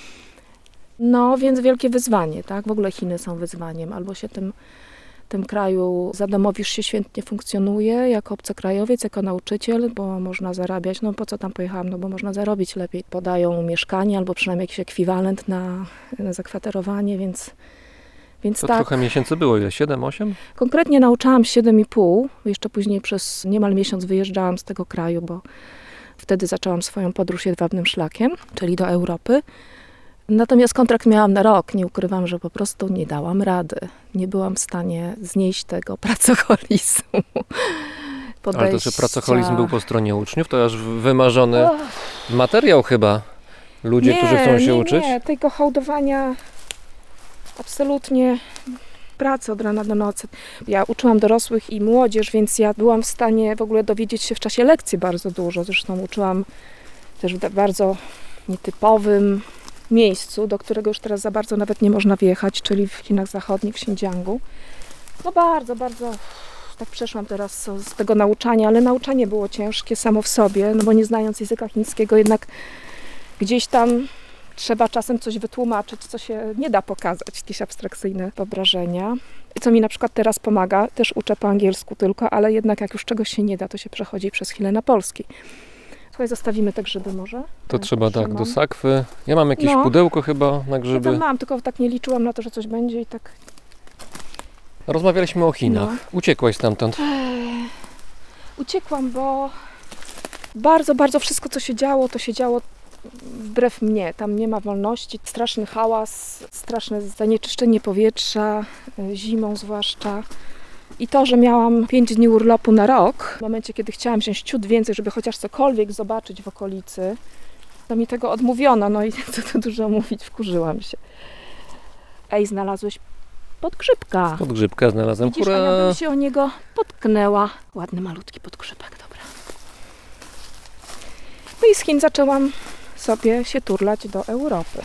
No, więc wielkie wyzwanie, tak? W ogóle Chiny są wyzwaniem. Albo się tym, tym kraju zadomowisz, się świetnie funkcjonuje jako obcokrajowiec, jako nauczyciel, bo można zarabiać. No po co tam pojechałam? No bo można zarobić lepiej. Podają mieszkanie albo przynajmniej jakiś ekwiwalent na, na zakwaterowanie, więc, więc To tak. trochę miesięcy było, ile? Siedem, osiem? Konkretnie nauczałam siedem i pół. Jeszcze później przez niemal miesiąc wyjeżdżałam z tego kraju, bo wtedy zaczęłam swoją podróż jedwabnym szlakiem, czyli do Europy. Natomiast kontrakt miałam na rok. Nie ukrywam, że po prostu nie dałam rady. Nie byłam w stanie znieść tego pracoholizmu. Ale to, że Podejścia. pracoholizm był po stronie uczniów, to aż wymarzony Och, materiał chyba. Ludzie, nie, którzy chcą się nie, uczyć. Nie, tego hołdowania absolutnie pracy od rana do nocy. Ja uczyłam dorosłych i młodzież, więc ja byłam w stanie w ogóle dowiedzieć się w czasie lekcji bardzo dużo. Zresztą uczyłam też w bardzo nietypowym miejscu, do którego już teraz za bardzo nawet nie można wjechać, czyli w Chinach Zachodnich, w Xinjiangu. No bardzo, bardzo tak przeszłam teraz z z tego nauczania, ale nauczanie było ciężkie samo w sobie, no bo nie znając języka chińskiego, jednak gdzieś tam trzeba czasem coś wytłumaczyć, co się nie da pokazać, jakieś abstrakcyjne wyobrażenia. I co mi na przykład teraz pomaga, też uczę po angielsku tylko, ale jednak jak już czegoś się nie da, to się przechodzi przez chwilę na polski. Słuchaj, zostawimy te grzyby może? To Tak, trzeba tak, trzymam. do sakwy. Ja mam jakieś No. pudełko chyba na Ja grzyby. tam mam, tylko tak nie liczyłam na to, że coś będzie i tak... Rozmawialiśmy o Chinach. No. Uciekłaś stamtąd. Ech, uciekłam, bo bardzo, bardzo wszystko, co się działo, to się działo wbrew mnie. Tam nie ma wolności, straszny hałas, straszne zanieczyszczenie powietrza, y, zimą zwłaszcza. I to, że miałam pięć dni urlopu na rok, w momencie, kiedy chciałam wziąć ciut więcej, żeby chociaż cokolwiek zobaczyć w okolicy, to mi tego odmówiono. No i co tu dużo mówić, wkurzyłam się. Ej, znalazłeś podgrzybka. Podgrzybka znalazłem. Widzisz, a ja Hurra! bym się o niego potknęła. Ładny, malutki podgrzybek, dobra. No i z Chin zaczęłam sobie się turlać do Europy.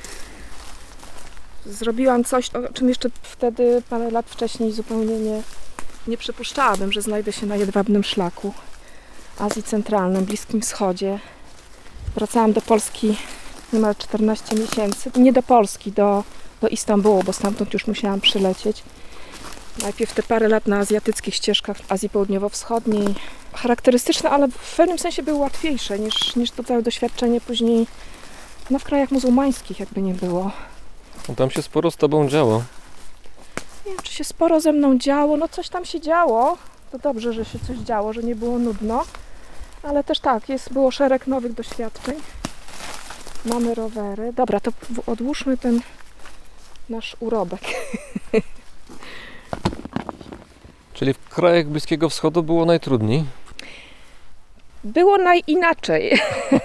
Zrobiłam coś, o czym jeszcze wtedy, parę lat wcześniej zupełnie nie, nie przypuszczałabym, że znajdę się na jedwabnym szlaku Azji Centralnej, Bliskim Wschodzie. Wracałam do Polski niemal czternaście miesięcy. Nie do Polski, do, do Istambułu, bo stamtąd już musiałam przylecieć. Najpierw te parę lat na azjatyckich ścieżkach w Azji Południowo-Wschodniej. Charakterystyczne, ale w pewnym sensie były łatwiejsze niż, niż to całe doświadczenie później no, w krajach muzułmańskich, jakby nie było. No tam się sporo z tobą działo. Nie wiem, czy się sporo ze mną działo. No coś tam się działo. To dobrze, że się coś działo, że nie było nudno. Ale też tak, jest, było szereg nowych doświadczeń. Mamy rowery. Dobra, to w- odłóżmy ten nasz urobek. Czyli w krajach Bliskiego Wschodu było najtrudniej. Było najinaczej.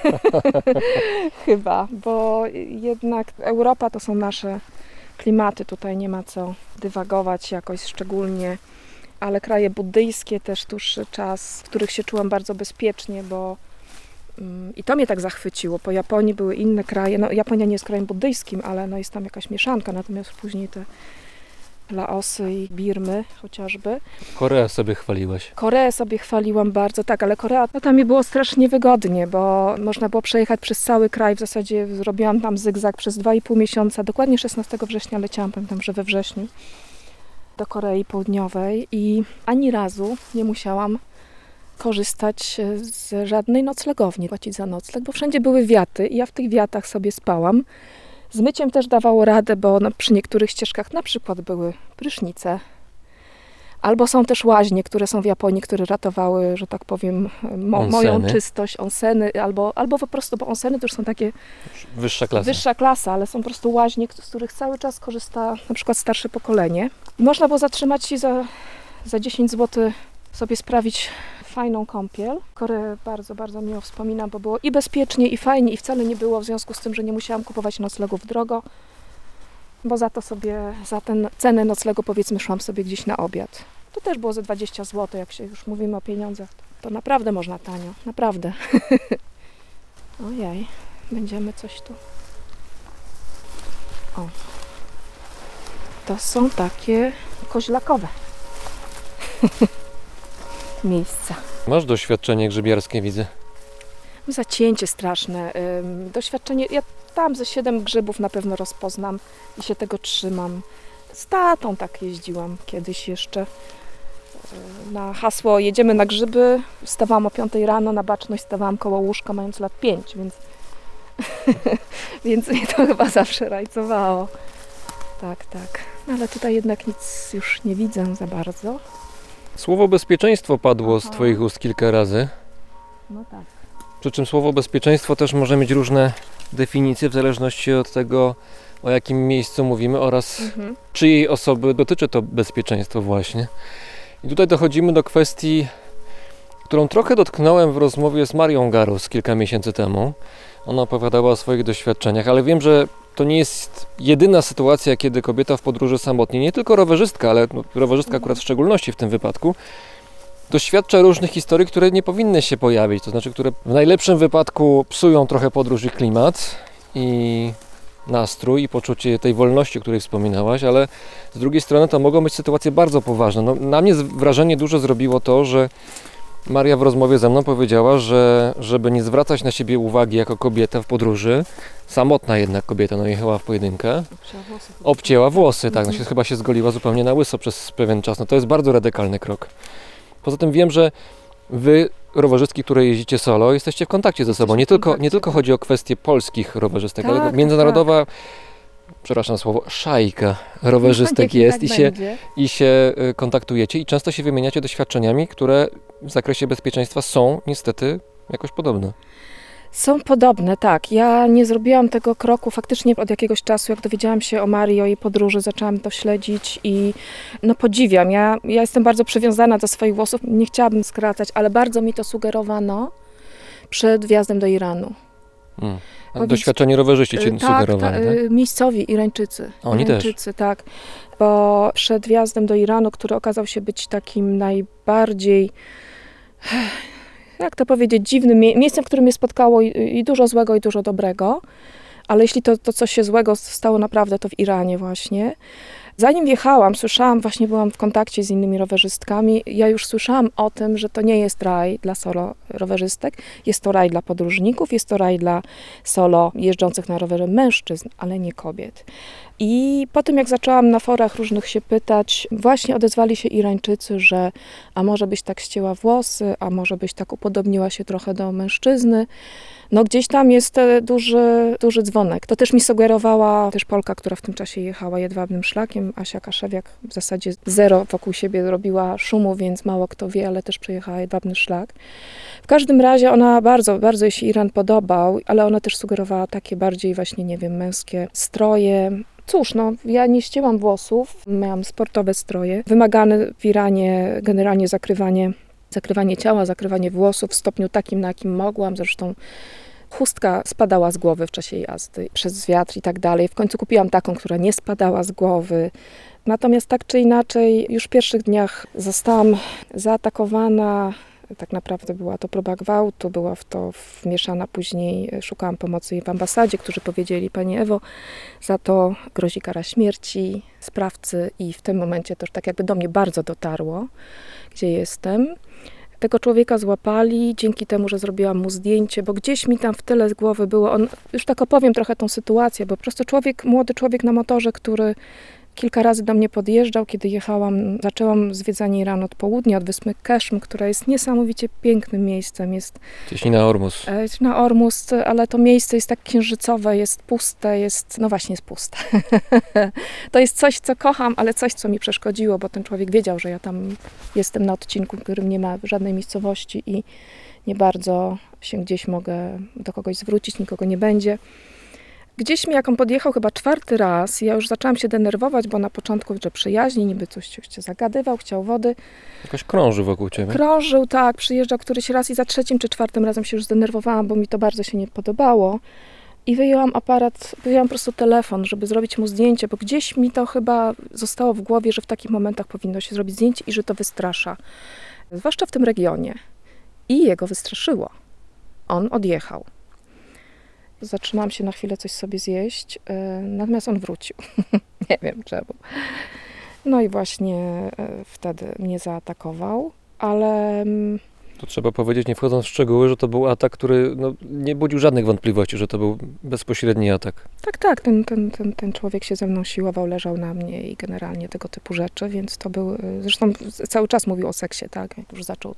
Chyba, bo jednak Europa to są nasze klimaty. Tutaj nie ma co dywagować jakoś szczególnie. Ale kraje buddyjskie też dłuższy czas, w których się czułam bardzo bezpiecznie, bo mm, i to mnie tak zachwyciło. Po Japonii były inne kraje. No, Japonia nie jest krajem buddyjskim, ale no, jest tam jakaś mieszanka. Natomiast później te Laosy i Birmy chociażby. Koreę sobie chwaliłaś. Koreę sobie chwaliłam bardzo, tak, ale Korea, no tam mi było strasznie wygodnie, bo można było przejechać przez cały kraj. W zasadzie zrobiłam tam zygzak przez dwa i pół miesiąca. Dokładnie szesnastego września leciałam, pamiętam, że we wrześniu do Korei Południowej i ani razu nie musiałam korzystać z żadnej noclegowni, płacić za nocleg, bo wszędzie były wiaty i ja w tych wiatach sobie spałam. Z myciem też dawało radę, bo no, przy niektórych ścieżkach na przykład były prysznice. Albo są też łaźnie, które są w Japonii, które ratowały, że tak powiem, mo- moją Onseny. czystość, onseny, albo, albo po prostu, bo onseny to już są takie Wyższa klasa. wyższa klasa, ale są po prostu łaźnie, z których cały czas korzysta na przykład starsze pokolenie. I można było zatrzymać się za, za dziesięć złotych, sobie sprawić fajną kąpiel. Koreę bardzo, bardzo miło wspominam, bo było i bezpiecznie, i fajnie, i wcale nie było w związku z tym, że nie musiałam kupować noclegów drogo, bo za to sobie, za tę cenę noclegu powiedzmy szłam sobie gdzieś na obiad. To też było ze dwadzieścia złotych, jak się już mówimy o pieniądzach. To naprawdę można tanio, naprawdę. Ojej, będziemy coś tu... O. To są takie koźlakowe miejsca. Masz doświadczenie grzybiarskie, widzę. Zacięcie straszne. Ym, doświadczenie, ja tam ze siedem grzybów na pewno rozpoznam i się tego trzymam. Z tatą tak jeździłam kiedyś jeszcze. Yy, Na hasło jedziemy na grzyby. Wstawałam o piątej rano, na baczność stawałam koło łóżka mając lat pięć, więc więc mnie to chyba zawsze rajcowało. Tak, tak. No ale tutaj jednak nic już nie widzę za bardzo. Słowo bezpieczeństwo padło z Aha. twoich ust kilka razy. No tak. Przy czym słowo bezpieczeństwo też może mieć różne definicje w zależności od tego, o jakim miejscu mówimy oraz Mhm. czyjej osoby dotyczy to bezpieczeństwo właśnie. I tutaj dochodzimy do kwestii, którą trochę dotknąłem w rozmowie z Marią Garus kilka miesięcy temu. Ona opowiadała o swoich doświadczeniach, ale wiem, że to nie jest jedyna sytuacja, kiedy kobieta w podróży samotnie, nie tylko rowerzystka, ale no, rowerzystka akurat w szczególności w tym wypadku, doświadcza różnych historii, które nie powinny się pojawić, to znaczy, które w najlepszym wypadku psują trochę podróż i klimat i nastrój i poczucie tej wolności, o której wspominałaś, ale z drugiej strony to mogą być sytuacje bardzo poważne. No, na mnie wrażenie duże zrobiło to, że Maria w rozmowie ze mną powiedziała, że żeby nie zwracać na siebie uwagi jako kobieta w podróży, samotna jednak kobieta, no jechała w pojedynkę, obcięła włosy, tak, no się, chyba się zgoliła zupełnie na łyso przez pewien czas. No to jest bardzo radykalny krok. Poza tym wiem, że wy, rowerzystki, które jeździcie solo, jesteście w kontakcie ze sobą. Jesteśmy Nie w tylko, kontakcie, nie tylko tak. chodzi o kwestie polskich rowerzystek, Tak, ale tak, międzynarodowa, przepraszam słowo, szajka rowerzystek Niech jest tak i się, będzie. i się y, kontaktujecie i często się wymieniacie doświadczeniami, które w zakresie bezpieczeństwa są niestety jakoś podobne. Są podobne, tak. Ja nie zrobiłam tego kroku faktycznie od jakiegoś czasu, jak dowiedziałam się o Marii, o jej podróży, zaczęłam to śledzić i no podziwiam. Ja, ja jestem bardzo przywiązana do swoich włosów, nie chciałabym skracać, ale bardzo mi to sugerowano przed wjazdem do Iranu. Hmm. A Powiedz- doświadczeni rowerzyści ci tak, sugerowali, ta, tak? y, miejscowi Irańczycy. Oni też. Irańczycy, tak. Bo przed wjazdem do Iranu, który okazał się być takim najbardziej, jak to powiedzieć, dziwnym mie- miejscem, w którym mnie spotkało i, i dużo złego, i dużo dobrego. Ale jeśli to, to coś się złego stało naprawdę, to w Iranie właśnie. Zanim wjechałam, słyszałam, właśnie byłam w kontakcie z innymi rowerzystkami, ja już słyszałam o tym, że to nie jest raj dla solo rowerzystek, jest to raj dla podróżników, jest to raj dla solo jeżdżących na rowerze mężczyzn, ale nie kobiet. I po tym, jak zaczęłam na forach różnych się pytać, właśnie odezwali się Irańczycy, że a może byś tak ścięła włosy, a może byś tak upodobniła się trochę do mężczyzny. No gdzieś tam jest e, duży, duży dzwonek. To też mi sugerowała też Polka, która w tym czasie jechała jedwabnym szlakiem. Asia Kaszewiak w zasadzie zero wokół siebie robiła szumu, więc mało kto wie, ale też przejechała jedwabny szlak. W każdym razie ona bardzo, bardzo jej się Iran podobał, ale ona też sugerowała takie bardziej właśnie, nie wiem, męskie stroje. Cóż, no, ja nie ścięłam włosów, miałam sportowe stroje. Wymagane w Iranie generalnie zakrywanie zakrywanie ciała, zakrywanie włosów w stopniu takim, na jakim mogłam. Zresztą chustka spadała z głowy w czasie jazdy, przez wiatr i tak dalej. W końcu kupiłam taką, która nie spadała z głowy. Natomiast tak czy inaczej, już w pierwszych dniach zostałam zaatakowana. Tak naprawdę była to próba gwałtu, była w to wmieszana później, szukałam pomocy w ambasadzie, którzy powiedzieli: Pani Ewo, za to grozi kara śmierci sprawcy i w tym momencie to już tak jakby do mnie bardzo dotarło, gdzie jestem. Tego człowieka złapali dzięki temu, że zrobiłam mu zdjęcie, bo gdzieś mi tam w tyle z głowy było, on, już tak opowiem trochę tą sytuację, bo po prostu człowiek, młody człowiek na motorze, który kilka razy do mnie podjeżdżał, kiedy jechałam, zaczęłam zwiedzanie Iranu od południa, od wyspy Keszm, która jest niesamowicie pięknym miejscem. Jest Cieśnina Ormus. e, na Ormus, ale to miejsce jest tak księżycowe, jest puste, jest, no właśnie jest puste. To jest coś, co kocham, ale coś, co mi przeszkodziło, bo ten człowiek wiedział, że ja tam jestem na odcinku, w którym nie ma żadnej miejscowości i nie bardzo się gdzieś mogę do kogoś zwrócić, nikogo nie będzie. Gdzieś mi, jak on podjechał chyba czwarty raz, ja już zaczęłam się denerwować, bo na początku, że przyjaźni, niby coś, coś cię zagadywał, chciał wody. Jakoś krąży wokół ciebie. Krążył, tak, przyjeżdżał któryś raz i za trzecim czy czwartym razem się już zdenerwowałam, bo mi to bardzo się nie podobało. I wyjęłam aparat, wyjęłam po prostu telefon, żeby zrobić mu zdjęcie, bo gdzieś mi to chyba zostało w głowie, że w takich momentach powinno się zrobić zdjęcie i że to wystrasza. Zwłaszcza w tym regionie. I jego wystraszyło. On odjechał. Zatrzymałam się na chwilę coś sobie zjeść, yy, natomiast on wrócił. Nie wiem czemu. No i właśnie yy, wtedy mnie zaatakował, ale... Yy, To trzeba powiedzieć, nie wchodząc w szczegóły, że to był atak, który no, nie budził żadnych wątpliwości, że to był bezpośredni atak. tak, tak, ten, ten, ten, ten człowiek się ze mną siłował, leżał na mnie i generalnie tego typu rzeczy, więc to był... Yy, zresztą cały czas mówił o seksie, tak, jak już zaczął...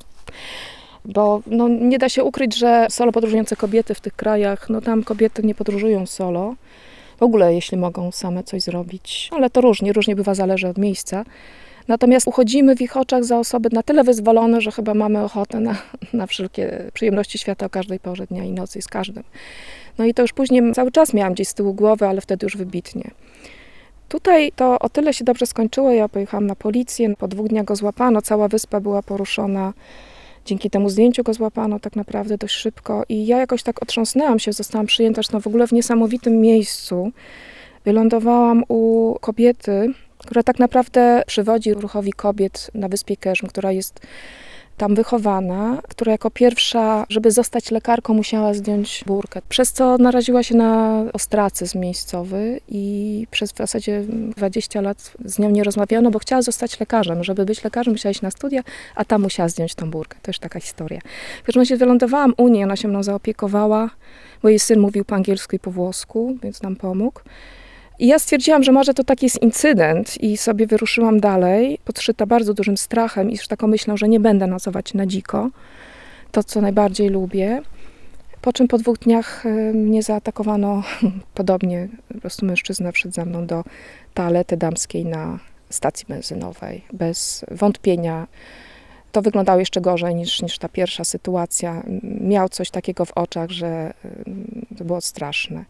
Bo no, nie da się ukryć, że solo podróżujące kobiety w tych krajach, no tam kobiety nie podróżują solo. W ogóle, jeśli mogą same coś zrobić, ale to różnie, różnie bywa, zależy od miejsca. Natomiast uchodzimy w ich oczach za osoby na tyle wyzwolone, że chyba mamy ochotę na, na wszelkie przyjemności świata o każdej porze dnia i nocy i z każdym. No i to już później cały czas miałam gdzieś z tyłu głowy, ale wtedy już wybitnie. Tutaj to o tyle się dobrze skończyło, ja pojechałam na policję, po dwóch dniach go złapano, cała wyspa była poruszona. Dzięki temu zdjęciu go złapano tak naprawdę dość szybko i ja jakoś tak otrząsnęłam się, zostałam przyjęta no w ogóle w niesamowitym miejscu. Wylądowałam u kobiety, która tak naprawdę przywodzi ruchowi kobiet na wyspie Keszm, która jest tam wychowana, która jako pierwsza, żeby zostać lekarką, musiała zdjąć burkę. Przez co naraziła się na ostracyzm miejscowy i przez w zasadzie dwadzieścia lat z nią nie rozmawiano, bo chciała zostać lekarzem. Żeby być lekarzem, musiała iść na studia, a tam musiała zdjąć tą burkę. To już taka historia. W każdym razie wylądowałam u niej, ona się mną zaopiekowała, bo jej syn mówił po angielsku i po włosku, więc nam pomógł. I ja stwierdziłam, że może to taki jest incydent i sobie wyruszyłam dalej, podszyta bardzo dużym strachem i już taką myślą, że nie będę nocować na dziko, to co najbardziej lubię. Po czym po dwóch dniach mnie zaatakowano podobnie, po prostu mężczyzna wszedł za mną do toalety damskiej na stacji benzynowej. Bez wątpienia to wyglądało jeszcze gorzej niż, niż ta pierwsza sytuacja. Miał coś takiego w oczach, że y, to było straszne.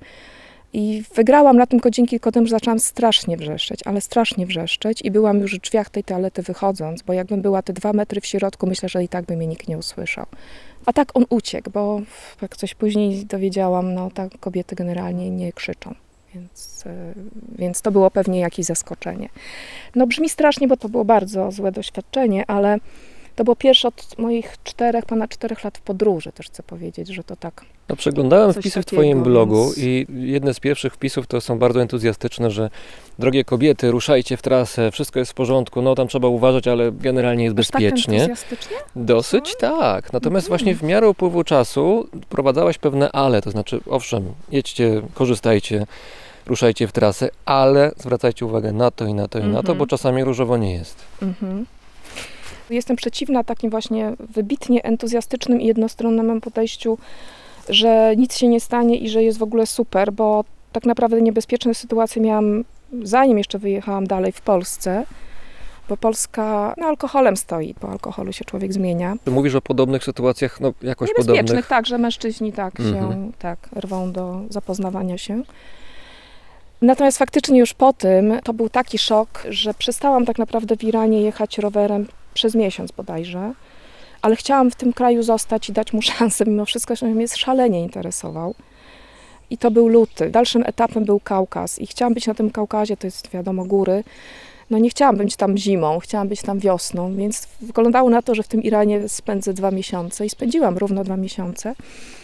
I wygrałam na tym tylko dzięki tylko temu, że zaczęłam strasznie wrzeszczeć, ale strasznie wrzeszczeć i byłam już w drzwiach tej toalety wychodząc, bo jakbym była te dwa metry w środku, myślę, że i tak by mnie nikt nie usłyszał. A tak on uciekł, bo jak coś później dowiedziałam, no tak kobiety generalnie nie krzyczą. Więc, więc to było pewnie jakieś zaskoczenie. No brzmi strasznie, bo to było bardzo złe doświadczenie, ale to było pierwsze od moich czterech, ponad czterech lat w podróży, też chcę powiedzieć, że to tak. No, przeglądałem Coś wpisy w takiego, twoim blogu więc- i jedne z pierwszych wpisów to są bardzo entuzjastyczne, że drogie kobiety, ruszajcie w trasę, wszystko jest w porządku, no tam trzeba uważać, ale generalnie jest Aż tak bezpiecznie. entuzjastycznie? Dosyć tak. Natomiast Mhm. właśnie w miarę upływu czasu prowadzałaś pewne ale, to znaczy owszem, jedźcie, korzystajcie, ruszajcie w trasę, ale zwracajcie uwagę na to i na to i na to, Mhm. bo czasami różowo nie jest. Mhm. Jestem przeciwna takim właśnie wybitnie entuzjastycznym i jednostronnemu podejściu, że nic się nie stanie i że jest w ogóle super, bo tak naprawdę niebezpieczne sytuacje miałam zanim jeszcze wyjechałam dalej w Polsce, bo Polska no, alkoholem stoi, po alkoholu się człowiek zmienia. Ty mówisz o podobnych sytuacjach, no jakoś Niebezpiecznych, podobnych. tak, że mężczyźni tak się Mhm. tak, rwą do zapoznawania się. Natomiast faktycznie już po tym to był taki szok, że przestałam tak naprawdę w Iranie jechać rowerem przez miesiąc bodajże, ale chciałam w tym kraju zostać i dać mu szansę, mimo wszystko, że mnie szalenie interesował. I to był luty. Dalszym etapem był Kaukaz i chciałam być na tym Kaukazie, to jest wiadomo góry. No nie chciałam być tam zimą, chciałam być tam wiosną, więc wyglądało na to, że w tym Iranie spędzę dwa miesiące i spędziłam równo dwa miesiące.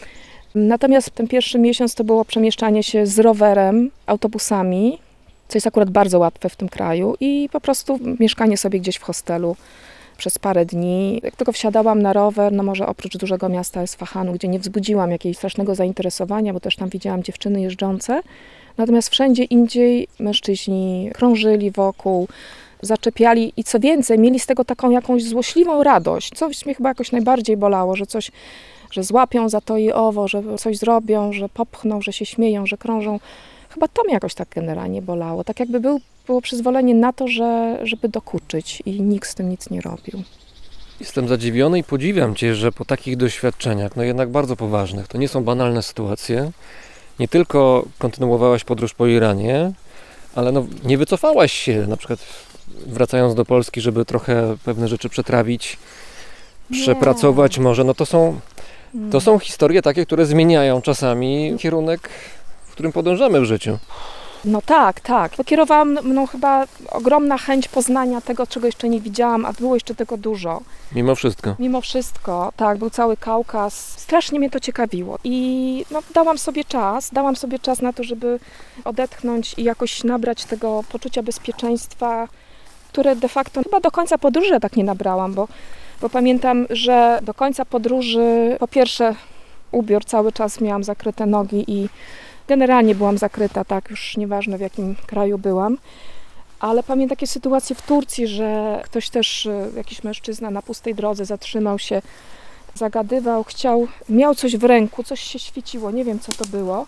Natomiast ten pierwszy miesiąc to było przemieszczanie się z rowerem, autobusami, co jest akurat bardzo łatwe w tym kraju i po prostu mieszkanie sobie gdzieś w hostelu przez parę dni. Jak tylko wsiadałam na rower, no może oprócz dużego miasta Esfahanu, gdzie nie wzbudziłam jakiegoś strasznego zainteresowania, bo też tam widziałam dziewczyny jeżdżące, natomiast wszędzie indziej mężczyźni krążyli wokół, zaczepiali i co więcej, mieli z tego taką jakąś złośliwą radość. Coś mnie chyba jakoś najbardziej bolało, że coś, że złapią za to i owo, że coś zrobią, że popchną, że się śmieją, że krążą. Chyba to mnie jakoś tak generalnie bolało. Tak jakby był, było przyzwolenie na to, że, żeby dokuczyć i nikt z tym nic nie robił. Jestem zadziwiony i podziwiam Cię, że po takich doświadczeniach, no jednak bardzo poważnych, to nie są banalne sytuacje, nie tylko kontynuowałaś podróż po Iranie, ale no nie wycofałaś się, na przykład wracając do Polski, żeby trochę pewne rzeczy przetrawić, Nie. przepracować może, no to są, to są historie takie, które zmieniają czasami kierunek, w którym podążamy w życiu. No tak, tak. Pokierowałam mną chyba ogromna chęć poznania tego, czego jeszcze nie widziałam, a było jeszcze tego dużo. Mimo wszystko. Mimo wszystko, tak, był cały Kaukaz. Strasznie mnie to ciekawiło i no, dałam sobie czas, dałam sobie czas na to, żeby odetchnąć i jakoś nabrać tego poczucia bezpieczeństwa, które de facto chyba do końca podróży tak nie nabrałam, bo, bo pamiętam, że do końca podróży po pierwsze ubiór cały czas miałam zakryte nogi i generalnie byłam zakryta, tak, już nieważne w jakim kraju byłam. Ale pamiętam takie sytuacje w Turcji, że ktoś też, jakiś mężczyzna na pustej drodze zatrzymał się, zagadywał, chciał, miał coś w ręku, coś się świeciło, nie wiem co to było.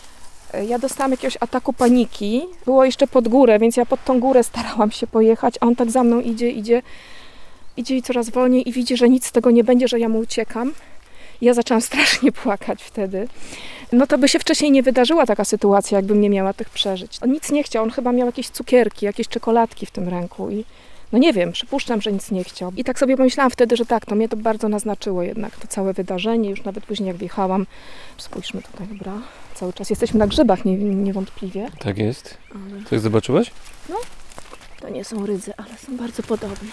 Ja dostałam jakiegoś ataku paniki, było jeszcze pod górę, więc ja pod tą górę starałam się pojechać, a on tak za mną idzie, idzie, idzie i coraz wolniej i widzi, że nic z tego nie będzie, że ja mu uciekam. I ja zaczęłam strasznie płakać wtedy. No to by się wcześniej nie wydarzyła taka sytuacja, jakbym nie miała tych przeżyć. On nic nie chciał, on chyba miał jakieś cukierki, jakieś czekoladki w tym ręku i no nie wiem, przypuszczam, że nic nie chciał. I tak sobie pomyślałam wtedy, że tak, to mnie to bardzo naznaczyło jednak, to całe wydarzenie, już nawet później jak wjechałam. Spójrzmy tutaj, dobra, cały czas jesteśmy na grzybach nie, niewątpliwie. Tak jest. Ale Coś zobaczyłaś? to nie są rydzy, ale są bardzo podobne.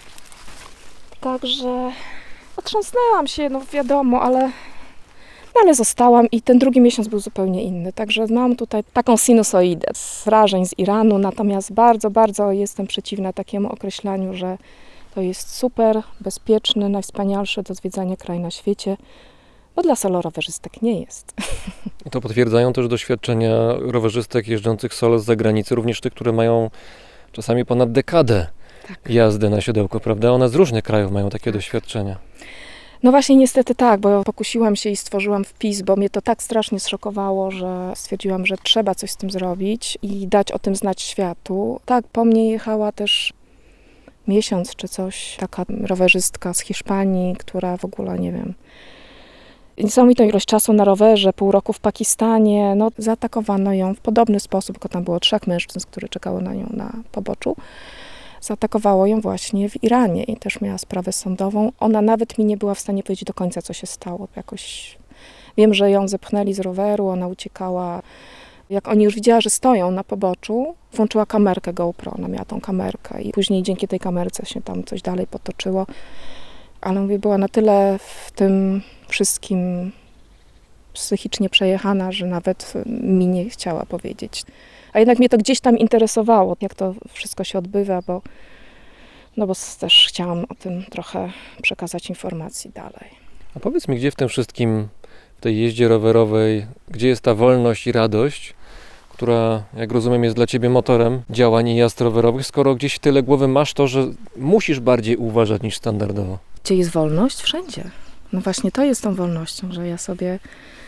Także otrząsnęłam się, no wiadomo, ale No ale zostałam i ten drugi miesiąc był zupełnie inny. Także mam tutaj taką sinusoidę z wrażeń z Iranu, natomiast bardzo, bardzo jestem przeciwna takiemu określaniu, że to jest super, bezpieczny, najwspanialszy do zwiedzania kraj na świecie, bo dla solo rowerzystek nie jest. I to potwierdzają też doświadczenia rowerzystek jeżdżących solo z zagranicy, również tych, które mają czasami ponad dekadę Tak. jazdy na siodełko, prawda? One z różnych krajów mają takie doświadczenia. No właśnie niestety tak, bo pokusiłam się i stworzyłam wpis, bo mnie to tak strasznie zszokowało, że stwierdziłam, że trzeba coś z tym zrobić i dać o tym znać światu. Tak, po mnie jechała też miesiąc czy coś, taka rowerzystka z Hiszpanii, która w ogóle, nie wiem, niesamowitą ilość czasu na rowerze, pół roku w Pakistanie, no zaatakowano ją w podobny sposób, tylko tam było trzech mężczyzn, którzy czekało na nią na poboczu. Zaatakowało ją właśnie w Iranie i też miała sprawę sądową. Ona nawet mi nie była w stanie powiedzieć do końca, co się stało. Jakoś wiem, że ją zepchnęli z roweru, ona uciekała. Jak oni już widziała, że stoją na poboczu, włączyła kamerkę GoPro, ona miała tą kamerkę i później dzięki tej kamerce się tam coś dalej potoczyło. Ale mówię, była na tyle w tym wszystkim psychicznie przejechana, że nawet mi nie chciała powiedzieć. A jednak mnie to gdzieś tam interesowało, jak to wszystko się odbywa, bo, no bo też chciałam o tym trochę przekazać informacji dalej. A powiedz mi, gdzie w tym wszystkim, w tej jeździe rowerowej, gdzie jest ta wolność i radość, która, jak rozumiem, jest dla ciebie motorem działań i jazd rowerowych, skoro gdzieś w tyle głowy masz to, że musisz bardziej uważać niż standardowo? Gdzie jest wolność? Wszędzie. No właśnie to jest tą wolnością, że ja sobie,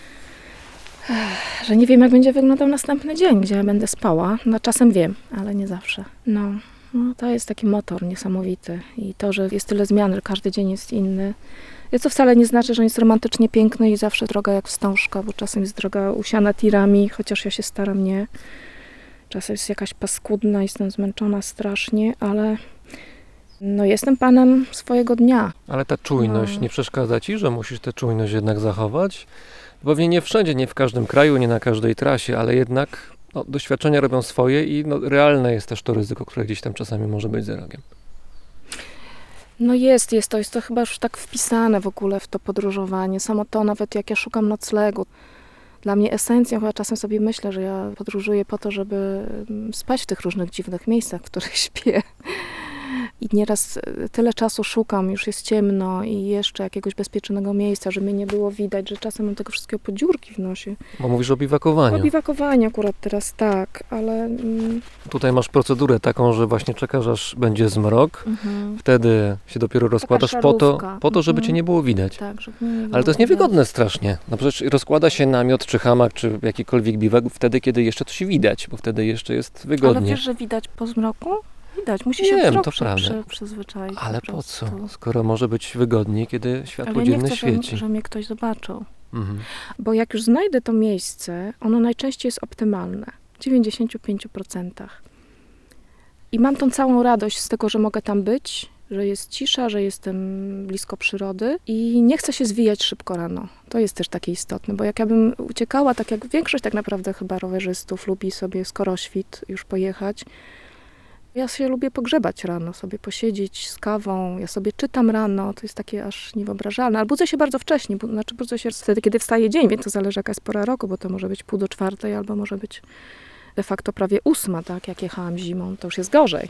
że nie wiem, jak będzie wyglądał następny dzień, gdzie ja będę spała. No czasem wiem, ale nie zawsze. No, no to jest taki motor niesamowity i to, że jest tyle zmian, że każdy dzień jest inny. I co wcale nie znaczy, że on jest romantycznie piękny i zawsze droga jak wstążka, bo czasem jest droga usiana tirami, chociaż ja się staram nie. Czasem jest jakaś paskudna, jestem zmęczona strasznie, ale no jestem panem swojego dnia. Ale ta czujność No. nie przeszkadza ci, że musisz tę czujność jednak zachować? Pewnie nie wszędzie, nie w każdym kraju, nie na każdej trasie, ale jednak no, doświadczenia robią swoje i no, realne jest też to ryzyko, które gdzieś tam czasami może być za rogiem. No jest, jest to, jest to chyba już tak wpisane w ogóle w to podróżowanie. Samo to, nawet jak ja szukam noclegu. Dla mnie esencją, chyba czasem sobie myślę, że ja podróżuję po to, żeby spać w tych różnych dziwnych miejscach, w których śpię. I nieraz tyle czasu szukam, już jest ciemno i jeszcze jakiegoś bezpiecznego miejsca, żeby mnie nie było widać, że czasem mam tego wszystkiego podziurki w nosie. Bo mówisz o biwakowaniu. O biwakowaniu akurat teraz tak, ale... Mm, Tutaj masz procedurę taką, że właśnie czekasz, aż będzie zmrok, mhm. wtedy się dopiero rozkładasz po to, szarówka. po to, żeby Mhm. cię nie było widać. Tak, żeby mnie nie było Ale to jest widać. niewygodne strasznie. No przecież rozkłada się namiot, czy hamak, czy jakikolwiek biwak wtedy, kiedy jeszcze to się widać, bo wtedy jeszcze jest Ale wygodnie. wiesz, że widać po zmroku? Widać, musi się Wiem, wzrok to przy, prawda. przy, przyzwyczaić. Ale po po co? prostu. Skoro może być wygodniej, kiedy światło Ale ja nie dzienne chcę, świeci. żeby, żeby mnie ktoś zobaczył. Mhm. Bo jak już znajdę to miejsce, ono najczęściej jest optymalne. W dziewięćdziesięciu pięciu procentach. I mam tą całą radość z tego, że mogę tam być, że jest cisza, że jestem blisko przyrody i nie chcę się zwijać szybko rano. To jest też takie istotne, bo jak ja bym uciekała, tak jak większość tak naprawdę chyba rowerzystów lubi sobie skoroświt już pojechać, ja się lubię pogrzebać rano, sobie posiedzieć z kawą, ja sobie czytam rano, to jest takie aż niewyobrażalne, ale budzę się bardzo wcześnie, bu- znaczy budzę się wtedy, kiedy wstaje dzień, więc to zależy jaka jest pora roku, bo to może być pół do czwartej, albo może być de facto prawie ósma, tak, jak jechałam zimą, to już jest gorzej.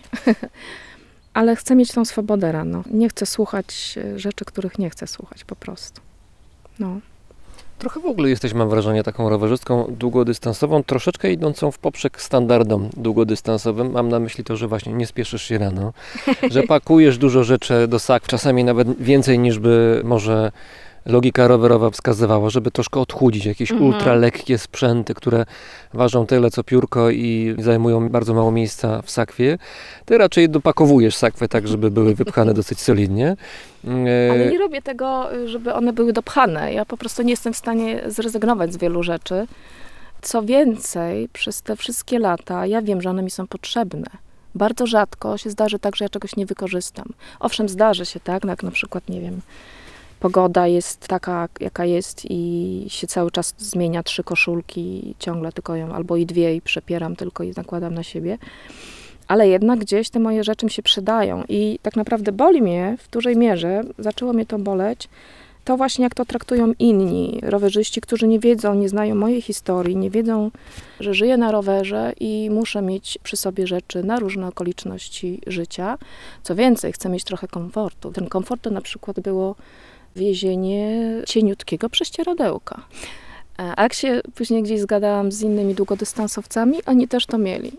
Ale chcę mieć tą swobodę rano, nie chcę słuchać e, rzeczy, których nie chcę słuchać po prostu. No. Trochę w ogóle jesteś, mam wrażenie, taką rowerzystką długodystansową, troszeczkę idącą w poprzek standardom długodystansowym. Mam na myśli to, że właśnie nie spieszysz się rano, że pakujesz dużo rzeczy do sak, czasami nawet więcej niż by może logika rowerowa wskazywała, żeby troszkę odchudzić jakieś Mhm. ultralekkie sprzęty, które ważą tyle co piórko i zajmują bardzo mało miejsca w sakwie. Ty raczej dopakowujesz sakwę tak, żeby były wypchane dosyć solidnie. Ale nie robię tego, żeby one były dopchane. Ja po prostu nie jestem w stanie zrezygnować z wielu rzeczy. Co więcej, przez te wszystkie lata ja wiem, że one mi są potrzebne. Bardzo rzadko się zdarzy tak, że ja czegoś nie wykorzystam. Owszem, zdarzy się tak, jak na przykład, nie wiem, pogoda jest taka, jaka jest i się cały czas zmienia trzy koszulki, ciągle tylko ją, albo i dwie i przepieram tylko i nakładam na siebie. Ale jednak gdzieś te moje rzeczy mi się przydają i tak naprawdę boli mnie w dużej mierze, zaczęło mnie to boleć, to właśnie jak to traktują inni rowerzyści, którzy nie wiedzą, nie znają mojej historii, nie wiedzą, że żyję na rowerze i muszę mieć przy sobie rzeczy na różne okoliczności życia. Co więcej, chcę mieć trochę komfortu. Ten komfort to na przykład było wiezienie cieniutkiego prześcieradełka. A jak się później gdzieś zgadałam z innymi długodystansowcami, oni też to mieli.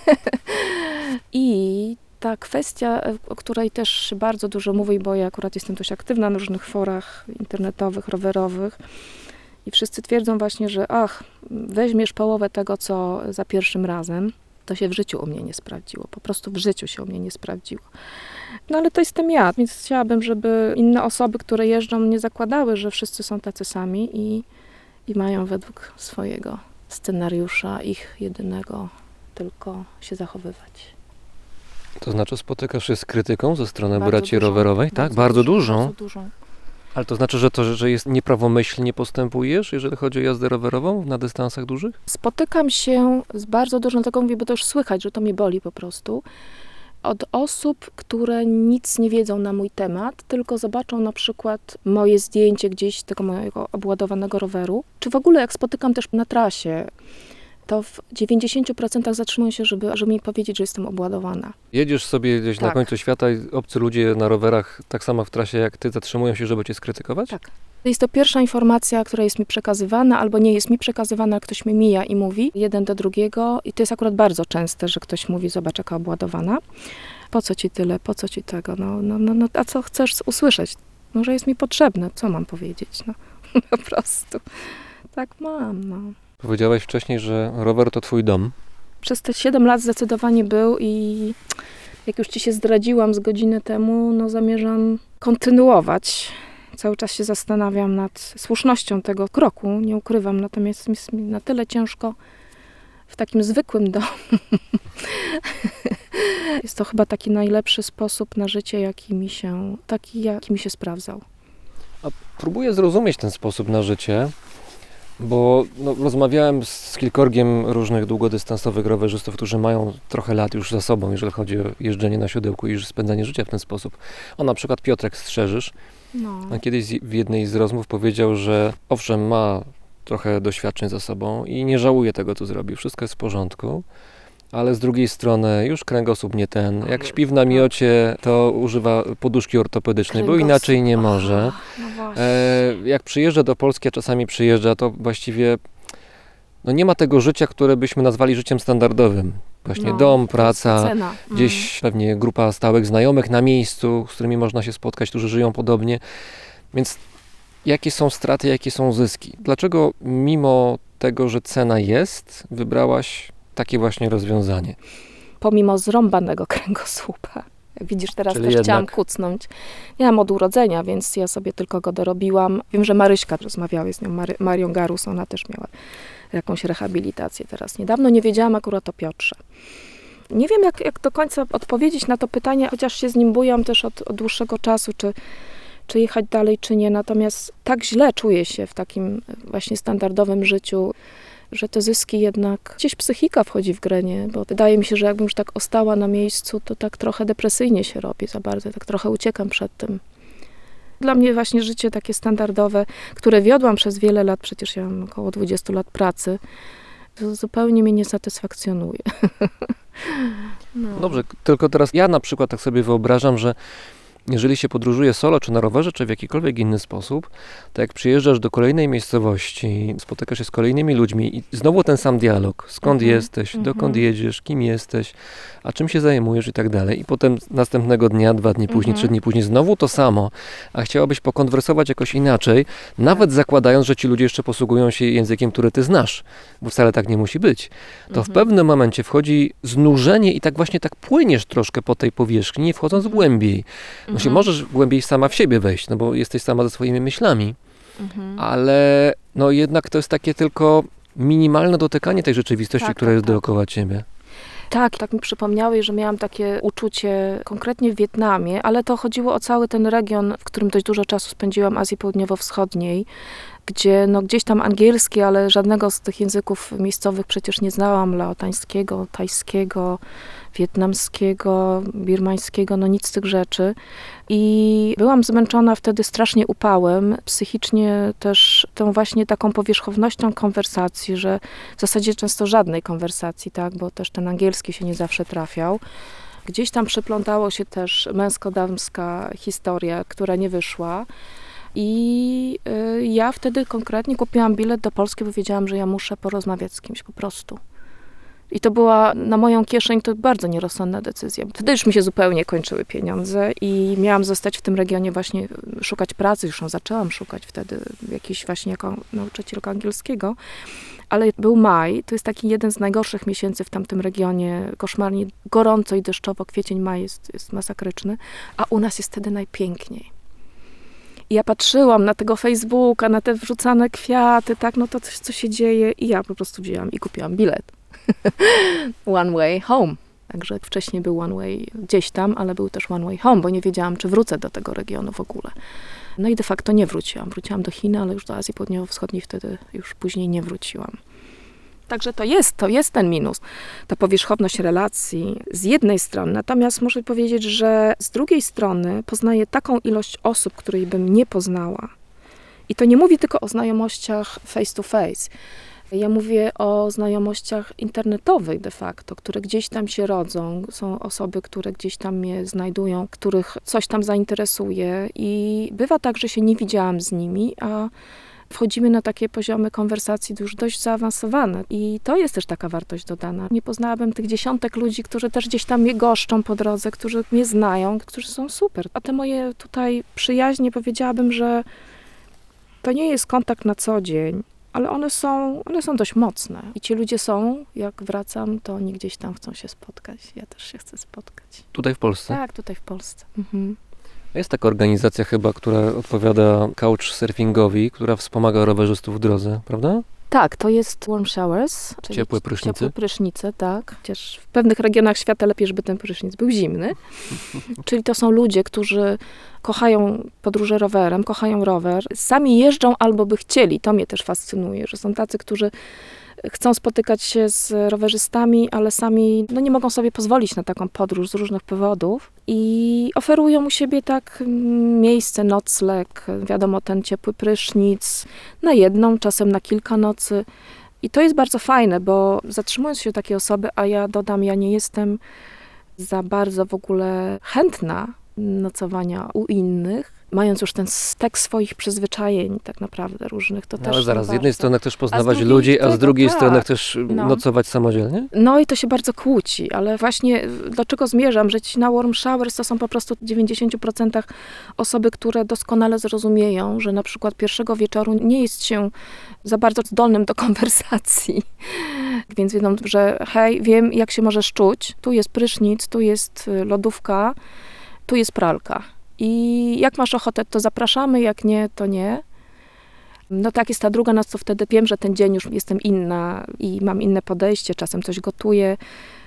I ta kwestia, o której też bardzo dużo mówi, bo ja akurat jestem dość aktywna na różnych forach internetowych, rowerowych i wszyscy twierdzą właśnie, że ach, weźmiesz połowę tego, co za pierwszym razem. To się w życiu u mnie nie sprawdziło. Po prostu w życiu się u mnie nie sprawdziło. No ale to jestem ja, więc chciałabym, żeby inne osoby, które jeżdżą, nie zakładały, że wszyscy są tacy sami i, i mają według swojego scenariusza ich jedynego tylko się zachowywać. To znaczy spotykasz się z krytyką ze strony Bardzo braci dużą, rowerowej, tak? Bardzo dużą. Bardzo dużą. Ale to znaczy, że to, że jest nieprawomyślnie postępujesz, jeżeli chodzi o jazdę rowerową na dystansach dużych? Spotykam się z bardzo dużą, tego mówię, bo to już słychać, że to mnie boli po prostu, od osób, które nic nie wiedzą na mój temat, tylko zobaczą na przykład moje zdjęcie gdzieś tego mojego obładowanego roweru, czy w ogóle jak spotykam też na trasie, to w dziewięćdziesięciu procentach zatrzymują się, żeby, żeby mi powiedzieć, że jestem obładowana. Jedziesz sobie gdzieś na Tak. końcu świata i obcy ludzie na rowerach, tak samo w trasie jak ty, zatrzymują się, żeby cię skrytykować? Tak. Jest to pierwsza informacja, która jest mi przekazywana, albo nie jest mi przekazywana, ktoś mnie mija i mówi jeden do drugiego. I to jest akurat bardzo częste, że ktoś mówi, zobacz jaka obładowana. Po co ci tyle, po co ci tego? No, no, no, no a co chcesz usłyszeć? Może jest mi potrzebne, co mam powiedzieć? No po prostu. Tak mam, no. Powiedziałeś wcześniej, że rower to twój dom. Przez te siedem lat zdecydowanie był i jak już ci się zdradziłam z godziny temu, no zamierzam kontynuować. Cały czas się zastanawiam nad słusznością tego kroku, nie ukrywam, natomiast jest mi na tyle ciężko w takim zwykłym domu. Jest to chyba taki najlepszy sposób na życie, jaki mi się, taki, jaki mi się sprawdzał. A próbuję zrozumieć ten sposób na życie, bo no, rozmawiałem z kilkorgiem różnych długodystansowych rowerzystów, którzy mają trochę lat już za sobą, jeżeli chodzi o jeżdżenie na siodełku i spędzanie życia w ten sposób. O, na przykład Piotrek Strzeżysz, No. a kiedyś w jednej z rozmów powiedział, że owszem, ma trochę doświadczeń za sobą i nie żałuje tego, co zrobił. Wszystko jest w porządku, ale z drugiej strony już kręgosłup nie ten. Jak śpi w namiocie, to używa poduszki ortopedycznej, bo Kręgosłup. inaczej nie może. No właśnie. E, jak przyjeżdża do Polski, a czasami przyjeżdża, to właściwie no nie ma tego życia, które byśmy nazwali życiem standardowym. Właśnie No, dom, to jest praca, cena. Mm. gdzieś pewnie grupa stałych znajomych na miejscu, z którymi można się spotkać, którzy żyją podobnie. Więc jakie są straty, jakie są zyski? Dlaczego mimo tego, że cena jest, wybrałaś takie właśnie rozwiązanie? Pomimo zrąbanego kręgosłupa. Jak widzisz, teraz Czyli też jednak- chciałam kucnąć. Ja mam od urodzenia, więc ja sobie tylko go dorobiłam. Wiem, że Maryśka, rozmawiałeś z nią, Mary, Marią Garus, ona też miała jakąś rehabilitację teraz niedawno. Nie wiedziałam akurat o Piotrze. Nie wiem, jak, jak do końca odpowiedzieć na to pytanie, chociaż się z nim bujam też od, od dłuższego czasu, czy, czy jechać dalej, czy nie. Natomiast tak źle czuję się w takim właśnie standardowym życiu, że te zyski jednak, gdzieś psychika wchodzi w grę, nie? Bo wydaje mi się, że jakbym już tak ostała na miejscu, to tak trochę depresyjnie się robi za bardzo, tak trochę uciekam przed tym. Dla mnie właśnie życie takie standardowe, które wiodłam przez wiele lat, przecież ja mam około dwudziestu lat pracy, to zupełnie mnie nie satysfakcjonuje. No. Dobrze, tylko teraz ja na przykład tak sobie wyobrażam, że jeżeli się podróżuje solo, czy na rowerze, czy w jakikolwiek inny sposób, to jak przyjeżdżasz do kolejnej miejscowości, spotykasz się z kolejnymi ludźmi i znowu ten sam dialog. Skąd Mhm, jesteś, mhm. dokąd jedziesz, kim jesteś, a czym się zajmujesz i tak dalej. I potem następnego dnia, dwa dni później, Mhm. trzy dni później znowu to samo, a chciałabyś pokonwersować jakoś inaczej, nawet Tak. zakładając, że ci ludzie jeszcze posługują się językiem, który ty znasz, bo wcale tak nie musi być. To w Mhm. pewnym momencie wchodzi znużenie i tak właśnie tak płyniesz troszkę po tej powierzchni, nie wchodząc Mhm. głębiej. No się Mhm. możesz głębiej sama w siebie wejść, no bo jesteś sama ze swoimi myślami, Mhm. ale no jednak to jest takie tylko minimalne dotykanie tej rzeczywistości, Tak, która tak, jest tak. dookoła ciebie. Tak, tak mi przypomniałeś, że miałam takie uczucie konkretnie w Wietnamie, ale to chodziło o cały ten region, w którym dość dużo czasu spędziłam, Azji Południowo-Wschodniej, gdzie no gdzieś tam angielski, ale żadnego z tych języków miejscowych przecież nie znałam, laotańskiego, tajskiego, wietnamskiego, birmańskiego, no nic z tych rzeczy. I byłam zmęczona wtedy strasznie upałem, psychicznie też tą właśnie taką powierzchownością konwersacji, że w zasadzie często żadnej konwersacji, tak, bo też ten angielski się nie zawsze trafiał. Gdzieś tam przyplątało się też męsko-damska historia, która nie wyszła. I y, ja wtedy konkretnie kupiłam bilet do Polski, bo wiedziałam, że ja muszę porozmawiać z kimś po prostu. I to była na moją kieszeń to bardzo nierozsądna decyzja. Wtedy już mi się zupełnie kończyły pieniądze i miałam zostać w tym regionie właśnie, szukać pracy. Już ją zaczęłam szukać wtedy, jakiejś właśnie jako nauczycielka angielskiego. Ale był maj, to jest taki jeden z najgorszych miesięcy w tamtym regionie. Koszmarnie gorąco i deszczowo, kwiecień, maj jest, jest masakryczny, a u nas jest wtedy najpiękniej. I ja patrzyłam na tego Facebooka, na te wrzucane kwiaty, tak, no to coś, co się dzieje i ja po prostu wzięłam i kupiłam bilet. One way home. Także wcześniej był one way gdzieś tam, ale był też one way home, bo nie wiedziałam, czy wrócę do tego regionu w ogóle. No i de facto nie wróciłam. Wróciłam do Chin, ale już do Azji Południowo-Wschodniej wtedy już później nie wróciłam. Także to jest, to jest ten minus, ta powierzchowność relacji z jednej strony. Natomiast muszę powiedzieć, że z drugiej strony poznaję taką ilość osób, której bym nie poznała. I to nie mówię tylko o znajomościach face to face. Ja mówię o znajomościach internetowych de facto, które gdzieś tam się rodzą. Są osoby, które gdzieś tam mnie znajdują, których coś tam zainteresuje i bywa tak, że się nie widziałam z nimi, a wchodzimy na takie poziomy konwersacji już dość zaawansowane i to jest też taka wartość dodana. Nie poznałabym tych dziesiątek ludzi, którzy też gdzieś tam mnie goszczą po drodze, którzy mnie znają, którzy są super. A te moje tutaj przyjaźnie, powiedziałabym, że to nie jest kontakt na co dzień, ale one są, one są dość mocne. I ci ludzie są, jak wracam, to oni gdzieś tam chcą się spotkać. Ja też się chcę spotkać. Tutaj w Polsce? Tak, tutaj w Polsce. Mhm. Jest taka organizacja chyba, która odpowiada couchsurfingowi, która wspomaga rowerzystów w drodze, prawda? Tak, to jest warm showers, czyli Ciepłe prysznice. Ciepłe prysznice, tak. Chociaż w pewnych regionach świata lepiej, żeby ten prysznic był zimny. Czyli to są ludzie, którzy kochają podróże rowerem, kochają rower, sami jeżdżą albo by chcieli. To mnie też fascynuje, że są tacy, którzy chcą spotykać się z rowerzystami, ale sami no, nie mogą sobie pozwolić na taką podróż z różnych powodów i oferują u siebie tak mm, miejsce, nocleg, wiadomo, ten ciepły prysznic na jedną, czasem na kilka nocy. I to jest bardzo fajne, bo zatrzymując się takie osoby, a ja dodam, ja nie jestem za bardzo w ogóle chętna nocowania u innych, mając już ten stek swoich przyzwyczajeń tak naprawdę różnych, to No, też ale zaraz, z nie jednej warto. strony chcesz poznawać drugiej ludzi, a z tego, drugiej tak. strony chcesz No. nocować samodzielnie? No i to się bardzo kłóci, ale właśnie do czego zmierzam, że ci na warm showers to są po prostu w dziewięćdziesięciu procentach osoby, które doskonale zrozumieją, że na przykład pierwszego wieczoru nie jest się za bardzo zdolnym do konwersacji. Więc wiedzą, że hej, wiem jak się możesz czuć, tu jest prysznic, tu jest lodówka, tu jest pralka. I jak masz ochotę, to zapraszamy, jak nie, to nie. No tak jest ta druga noc, to wtedy wiem, że ten dzień już jestem inna i mam inne podejście, czasem coś gotuję.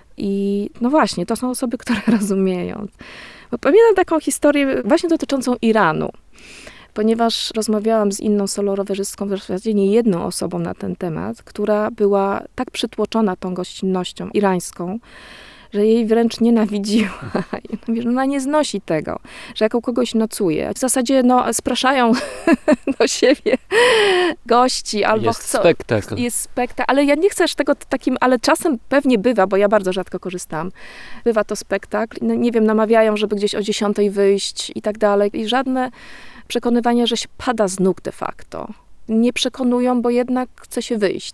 I no właśnie, to są osoby, które rozumieją. Bo pamiętam taką historię właśnie dotyczącą Iranu, ponieważ rozmawiałam z inną solo rowerzystką, w zasadzie nie jedną osobą na ten temat, która była tak przytłoczona tą gościnnością irańską, że jej wręcz nienawidziła. I mówi, że ona nie znosi tego, że jak u kogoś nocuje. W zasadzie no, spraszają do siebie gości albo Jest chcą. spektakl. Jest spektakl, ale ja nie chcę aż tego takim, ale czasem pewnie bywa, bo ja bardzo rzadko korzystam. Bywa to spektakl. No, nie wiem, namawiają, żeby gdzieś o dziesiątej wyjść i tak dalej. I żadne przekonywania, że się pada z nóg de facto. Nie przekonują, bo jednak chce się wyjść.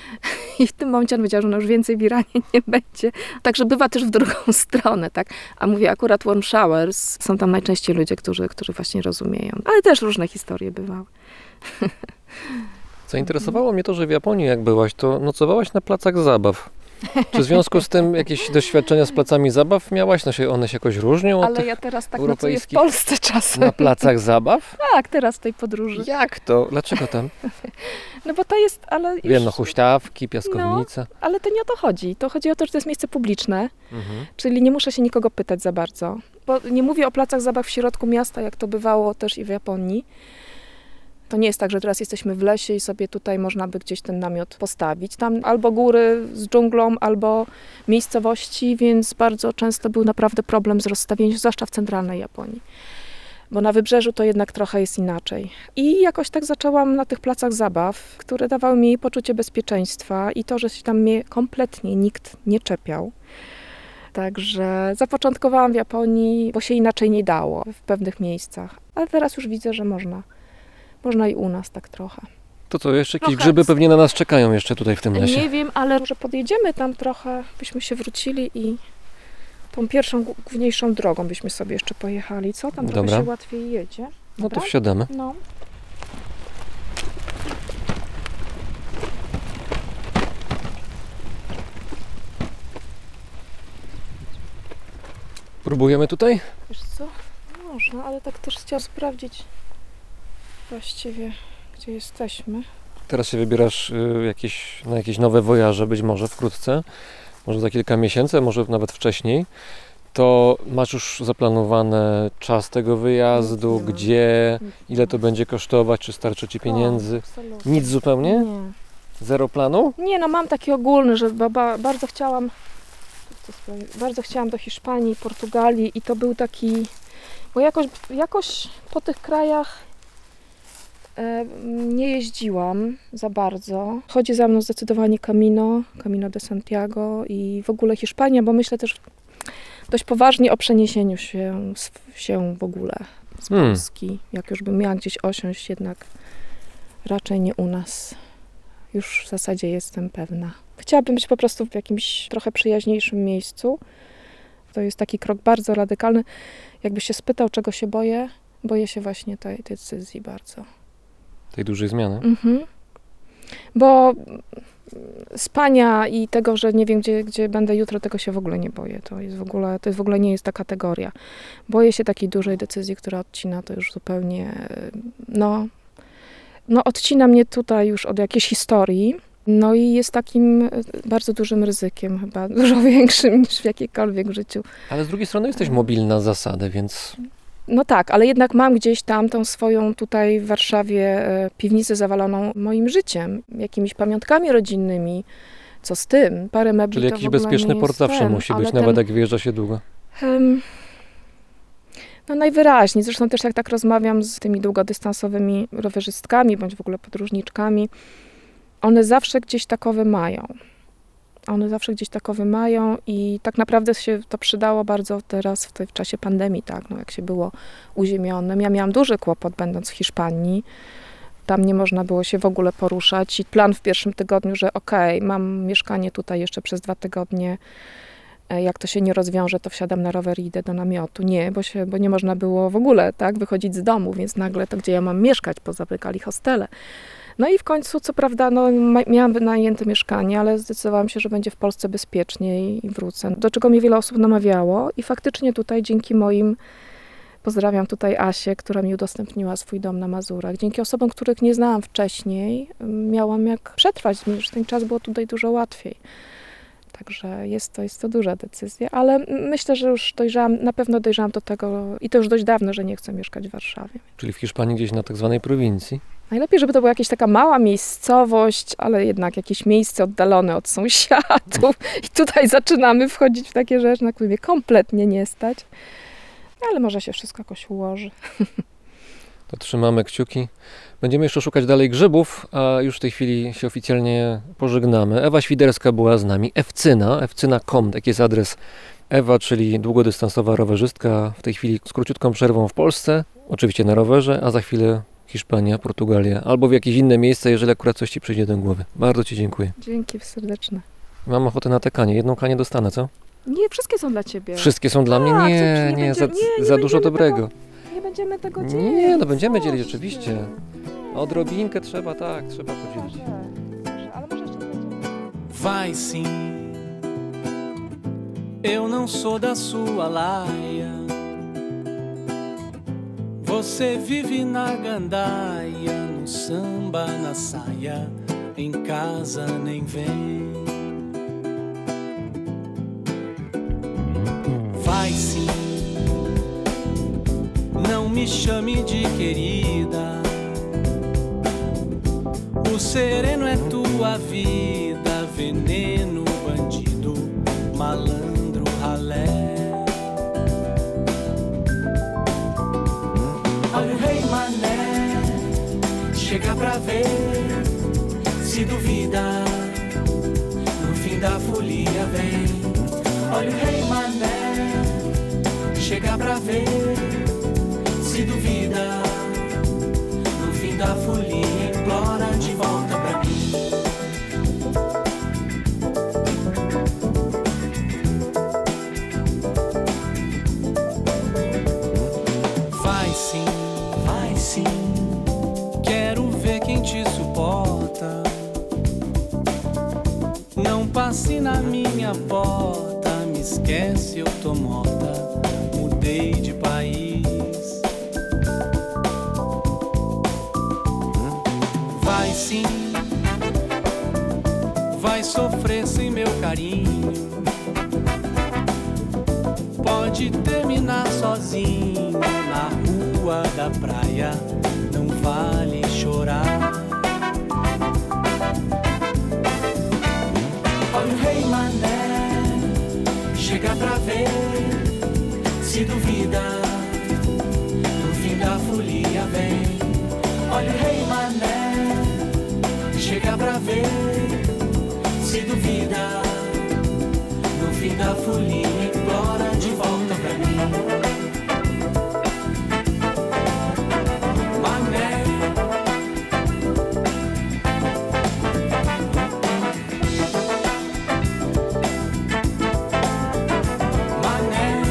I w tym momencie on wiedział, że no już więcej w Iranie nie będzie. Także bywa też w drugą stronę, tak? A mówię, akurat warm showers, są tam najczęściej ludzie, którzy, którzy właśnie rozumieją. Ale też różne historie bywały. Zainteresowało mnie to, że w Japonii jak byłaś, to nocowałaś na placach zabaw. Czy w związku z tym jakieś doświadczenia z placami zabaw miałaś? No się, one się jakoś różnią od Ale tych ja teraz tak nocuję w europejskich Polsce czasem. na placach zabaw? Tak, teraz w tej podróży. Jak to? Dlaczego tam? No bo to jest, ale już, Wiem, no huśtawki, piaskownica. ale to nie o to chodzi. To chodzi o to, że to jest miejsce publiczne, Mhm. czyli nie muszę się nikogo pytać za bardzo. Bo nie mówię o placach zabaw w środku miasta, jak to bywało też i w Japonii. To nie jest tak, że teraz jesteśmy w lesie i sobie tutaj można by gdzieś ten namiot postawić. Tam albo góry z dżunglą, albo miejscowości, więc bardzo często był naprawdę problem z rozstawieniem, zwłaszcza w centralnej Japonii. Bo na wybrzeżu to jednak trochę jest inaczej. I jakoś tak zaczęłam na tych placach zabaw, które dawały mi poczucie bezpieczeństwa i to, że się tam mnie kompletnie nikt nie czepiał. Także zapoczątkowałam w Japonii, bo się inaczej nie dało w pewnych miejscach. Ale teraz już widzę, że można. Można i u nas tak trochę. To co, jeszcze jakieś Trochę- grzyby pewnie na nas czekają jeszcze tutaj w tym lesie. Nie wiem, ale może podjedziemy tam trochę, byśmy się wrócili i tą pierwszą, gó- główniejszą drogą byśmy sobie jeszcze pojechali. Co? Tam trochę Dobra. się łatwiej jedzie. No to Dobra? wsiadamy. No. Próbujemy tutaj? Wiesz co? Można, ale tak też chciałam sprawdzić właściwie, gdzie jesteśmy. Teraz się wybierasz y, jakieś, na jakieś nowe wojaże, być może wkrótce, może za kilka miesięcy, może nawet wcześniej. To masz już zaplanowany czas tego wyjazdu, Nic nie mam. gdzie, Nic ile nie to ma. będzie kosztować, czy starczy Ci pieniędzy? O, absolutnie. Nic zupełnie? Nie. Zero planu? Nie, no mam taki ogólny, że ba, ba, bardzo chciałam co sprawi- bardzo chciałam do Hiszpanii, Portugalii i to był taki, bo jakoś, jakoś po tych krajach e, nie jeździłam za bardzo. Chodzi za mną zdecydowanie Camino, Camino de Santiago i w ogóle Hiszpania, bo myślę też dość poważnie o przeniesieniu się, się w ogóle z Hmm. Polski. Jak już bym miała gdzieś osiąść, jednak raczej nie u nas. Już w zasadzie jestem pewna. Chciałabym być po prostu w jakimś trochę przyjaźniejszym miejscu. To jest taki krok bardzo radykalny. Jakby się spytał, czego się boję, boję się właśnie tej decyzji bardzo. Tej dużej zmiany. Mhm. Bo spania i tego, że nie wiem, gdzie, gdzie będę jutro, tego się w ogóle nie boję. To jest w ogóle, to jest w ogóle nie jest ta kategoria. Boję się takiej dużej decyzji, która odcina to już zupełnie, no, no odcina mnie tutaj już od jakiejś historii. No i jest takim bardzo dużym ryzykiem, chyba dużo większym niż w jakiejkolwiek życiu. Ale z drugiej strony jesteś mobilna z zasady, więc No tak, ale jednak mam gdzieś tam tą swoją tutaj w Warszawie e, piwnicę zawaloną moim życiem, jakimiś pamiątkami rodzinnymi. Co z tym? Parę mebli czyli to jakiś w ogóle bezpieczny nie port jest zawsze ten, musi ale być, ten, nawet jak wyjeżdża się długo. em, no najwyraźniej, zresztą też jak tak rozmawiam z tymi długodystansowymi rowerzystkami, bądź w ogóle podróżniczkami, one zawsze gdzieś takowe mają. One zawsze gdzieś takowe mają i tak naprawdę się to przydało bardzo teraz w, tej, w czasie pandemii, tak, no jak się było uziemionym. Ja miałam duży kłopot będąc w Hiszpanii. Tam nie można było się w ogóle poruszać i plan w pierwszym tygodniu, że okej, mam mieszkanie tutaj jeszcze przez dwa tygodnie, e, jak to się nie rozwiąże, to wsiadam na rower i idę do namiotu. Nie, bo, się, bo nie można było w ogóle tak wychodzić z domu, więc nagle to gdzie ja mam mieszkać, pozamykali hostele. No i w końcu, co prawda, no, ma- miałam wynajęte mieszkanie, ale zdecydowałam się, że będzie w Polsce bezpieczniej i wrócę. Do czego mnie wiele osób namawiało i faktycznie tutaj dzięki moim, pozdrawiam tutaj Asię, która mi udostępniła swój dom na Mazurach. Dzięki osobom, których nie znałam wcześniej, miałam jak przetrwać, już ten czas było tutaj dużo łatwiej. Także jest to, jest to duża decyzja, ale myślę, że już dojrzałam, na pewno dojrzałam do tego i to już dość dawno, że nie chcę mieszkać w Warszawie. Czyli w Hiszpanii gdzieś na tak zwanej prowincji. Najlepiej, żeby to była jakaś taka mała miejscowość, ale jednak jakieś miejsce oddalone od sąsiadów. I tutaj zaczynamy wchodzić w takie rzeczy, na które mnie kompletnie nie stać. Ale może się wszystko jakoś ułoży. To trzymamy kciuki. Będziemy jeszcze szukać dalej grzybów, a już w tej chwili się oficjalnie pożegnamy. Ewa Świderska była z nami. Ewcyna, ewcyna kropka com, taki jest adres. Ewa, czyli długodystansowa rowerzystka, w tej chwili z króciutką przerwą w Polsce, oczywiście na rowerze, a za chwilę Hiszpania, Portugalia, albo w jakieś inne miejsce, jeżeli akurat coś Ci przyjdzie do głowy. Bardzo Ci dziękuję. Dzięki serdeczne. Mam ochotę na te kanie. Jedną kanię dostanę, co? Nie, wszystkie są dla ciebie. Wszystkie są dla mnie? Tak, Nie, przecież nie, nie za, będzie- nie, nie za dużo będziemy dobrego. Nie będziemy tego dzielić. Nie, no będziemy Co dzielić ty? oczywiście. Odrobinkę trzeba, tak, trzeba podzielić. Dobrze, dobrze, ale może jeszcze będziemy. Vai sim, eu não sou da sua laia. Você vive na gandaia, no samba, na saia, em casa nem vem. Vai sim, não me chame de querida. O sereno é tua vida, veneno, bandido, malandro, ralé. Olha o rei mané, chega pra ver, se duvida, no fim da folia vem. Olha o rei mané, chega pra ver, se duvida, no fim da folia implora. de volta pra mim. Vai sim, vai sim, quero ver quem te suporta. Não passe na minha porta, me esquece, eu tô morta. Mudei de país. Vai sim, vai sofrer sem meu carinho. Pode terminar sozinho na rua da praia, não vale chorar. Olha o rei mané, chega pra ver, se duvida, no fim da folia vem. Olha o rei mané, chega pra ver, se duvida, no fim da folia implora de volta pra mim. Mané, mané,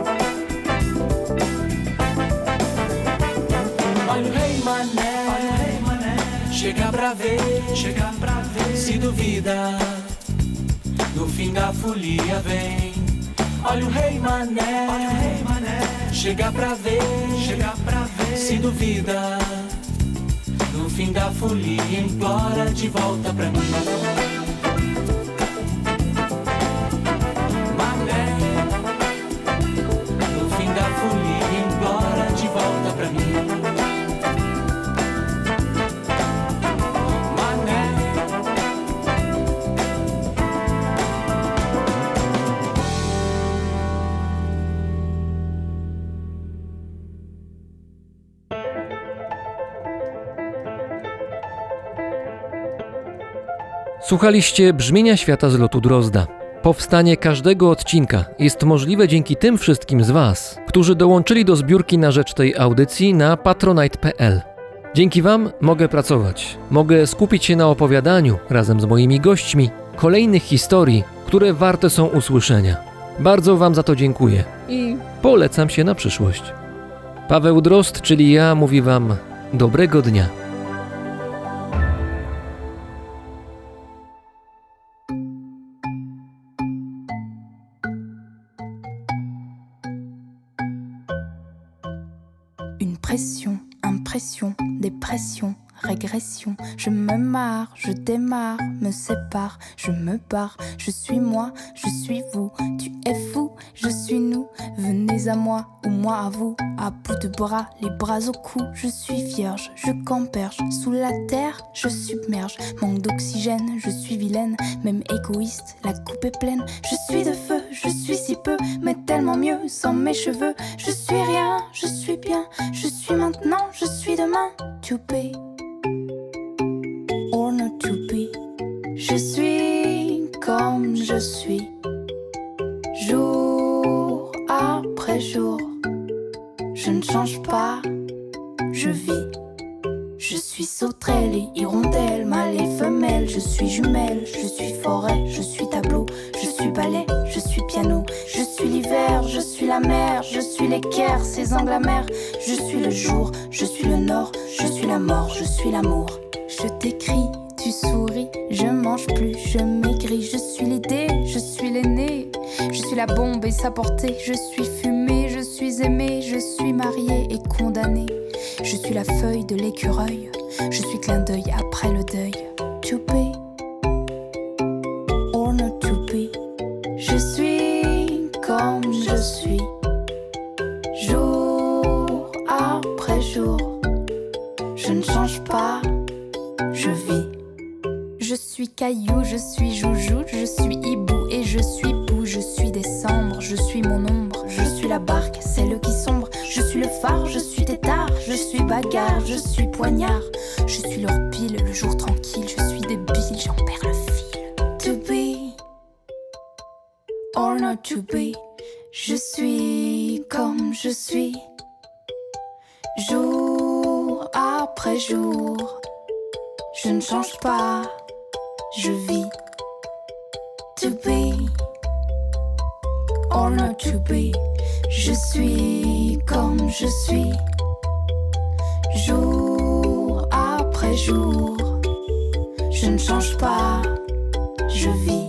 olha o rei mané, olha o rei mané, chega pra ver, chega pra ver, se duvida, no fim da folia vem. Olha o rei mané, olha o rei mané, chega pra ver, chega pra ver, se duvida, no fim da folia implora de volta pra mim. Mané, no fim da folia implora de volta pra mim. Słuchaliście Brzmienia świata z lotu Drozda. Powstanie każdego odcinka jest możliwe dzięki tym wszystkim z Was, którzy dołączyli do zbiórki na rzecz tej audycji na patronite kropka p l. Dzięki Wam mogę pracować, mogę skupić się na opowiadaniu razem z moimi gośćmi kolejnych historii, które warte są usłyszenia. Bardzo Wam za to dziękuję i polecam się na przyszłość. Paweł Drozd, czyli ja, mówi Wam dobrego dnia. Une pression, impression, dépression, régression. Je me marre, je démarre, me sépare, je me barre. Je suis moi, je suis vous, tu es fou, je suis nous. Venez à moi ou moi à vous, à bout de bras, les bras au cou. Je suis vierge, je camperge, sous la terre, je submerge. Manque d'oxygène, je suis vilaine, même égoïste, la coupe est pleine. Je suis de feu, je suis si peu, mais tellement mieux sans mes cheveux. Je suis rien, je suis bien, je suis maintenant, je suis demain. To be or not to be. Je suis comme je suis, jour après jour. Je ne change pas, je vis. Je suis sauterelle et hirondelle, mâle et femelle. Je suis jumelle, je suis forêt, je suis tableau. Je suis ballet, je suis piano. Je suis l'hiver, je suis la mer. Je suis l'équerre, ces angles amers. Je suis le jour, je suis le nord. Je suis la mort, je suis l'amour. Je t'écris, tu souris. Je mange plus, je maigris. Je suis l'idée, je suis l'aîné. Je suis la bombe et sa portée. Je suis fumée, je suis aimée. Je suis mariée et condamnée. Je suis la feuille de l'écureuil. Je suis clin d'œil après le deuil. To be or not to be. Je suis comme je suis, jour après jour. Je ne change pas, je vis. Je suis caillou, je suis joujou. Je suis hibou et je suis bou. Je suis décembre, je suis mon ombre. Je suis la barque, celle qui sombre. Je suis le phare, je suis tétard. Je suis bagarre, je suis poignard. Je suis leur pile, le jour tranquille. Je suis débile, j'en perds le fil. To be or not to be. Je suis comme je suis, jour après jour. Je ne change pas, je vis. To be or not to be, je suis comme je suis. Jour après jour, je ne change pas, je vis.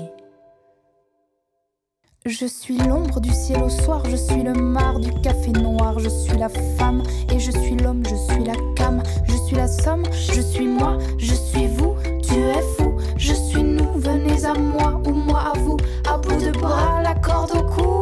Je suis l'ombre du ciel au soir, je suis le mar du café noir. Je suis la femme et je suis l'homme, je suis la cam, je suis la somme, je suis moi, je suis vous, tu es fou, je suis nous, venez à moi ou moi à vous, à bout de bras, la corde au cou.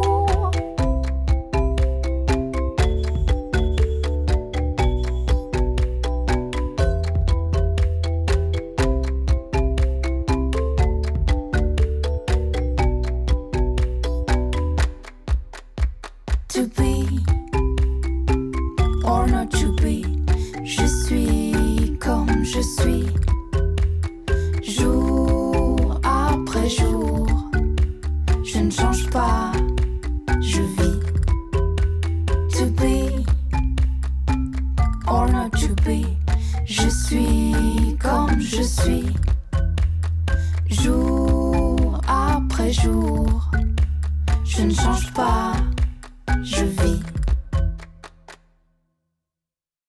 To be or not to be, je suis comme je suis. Jour après jour, je ne change pas, je vis. To be or not to be, je suis comme je suis. Jour après jour, je ne change pas, je vis.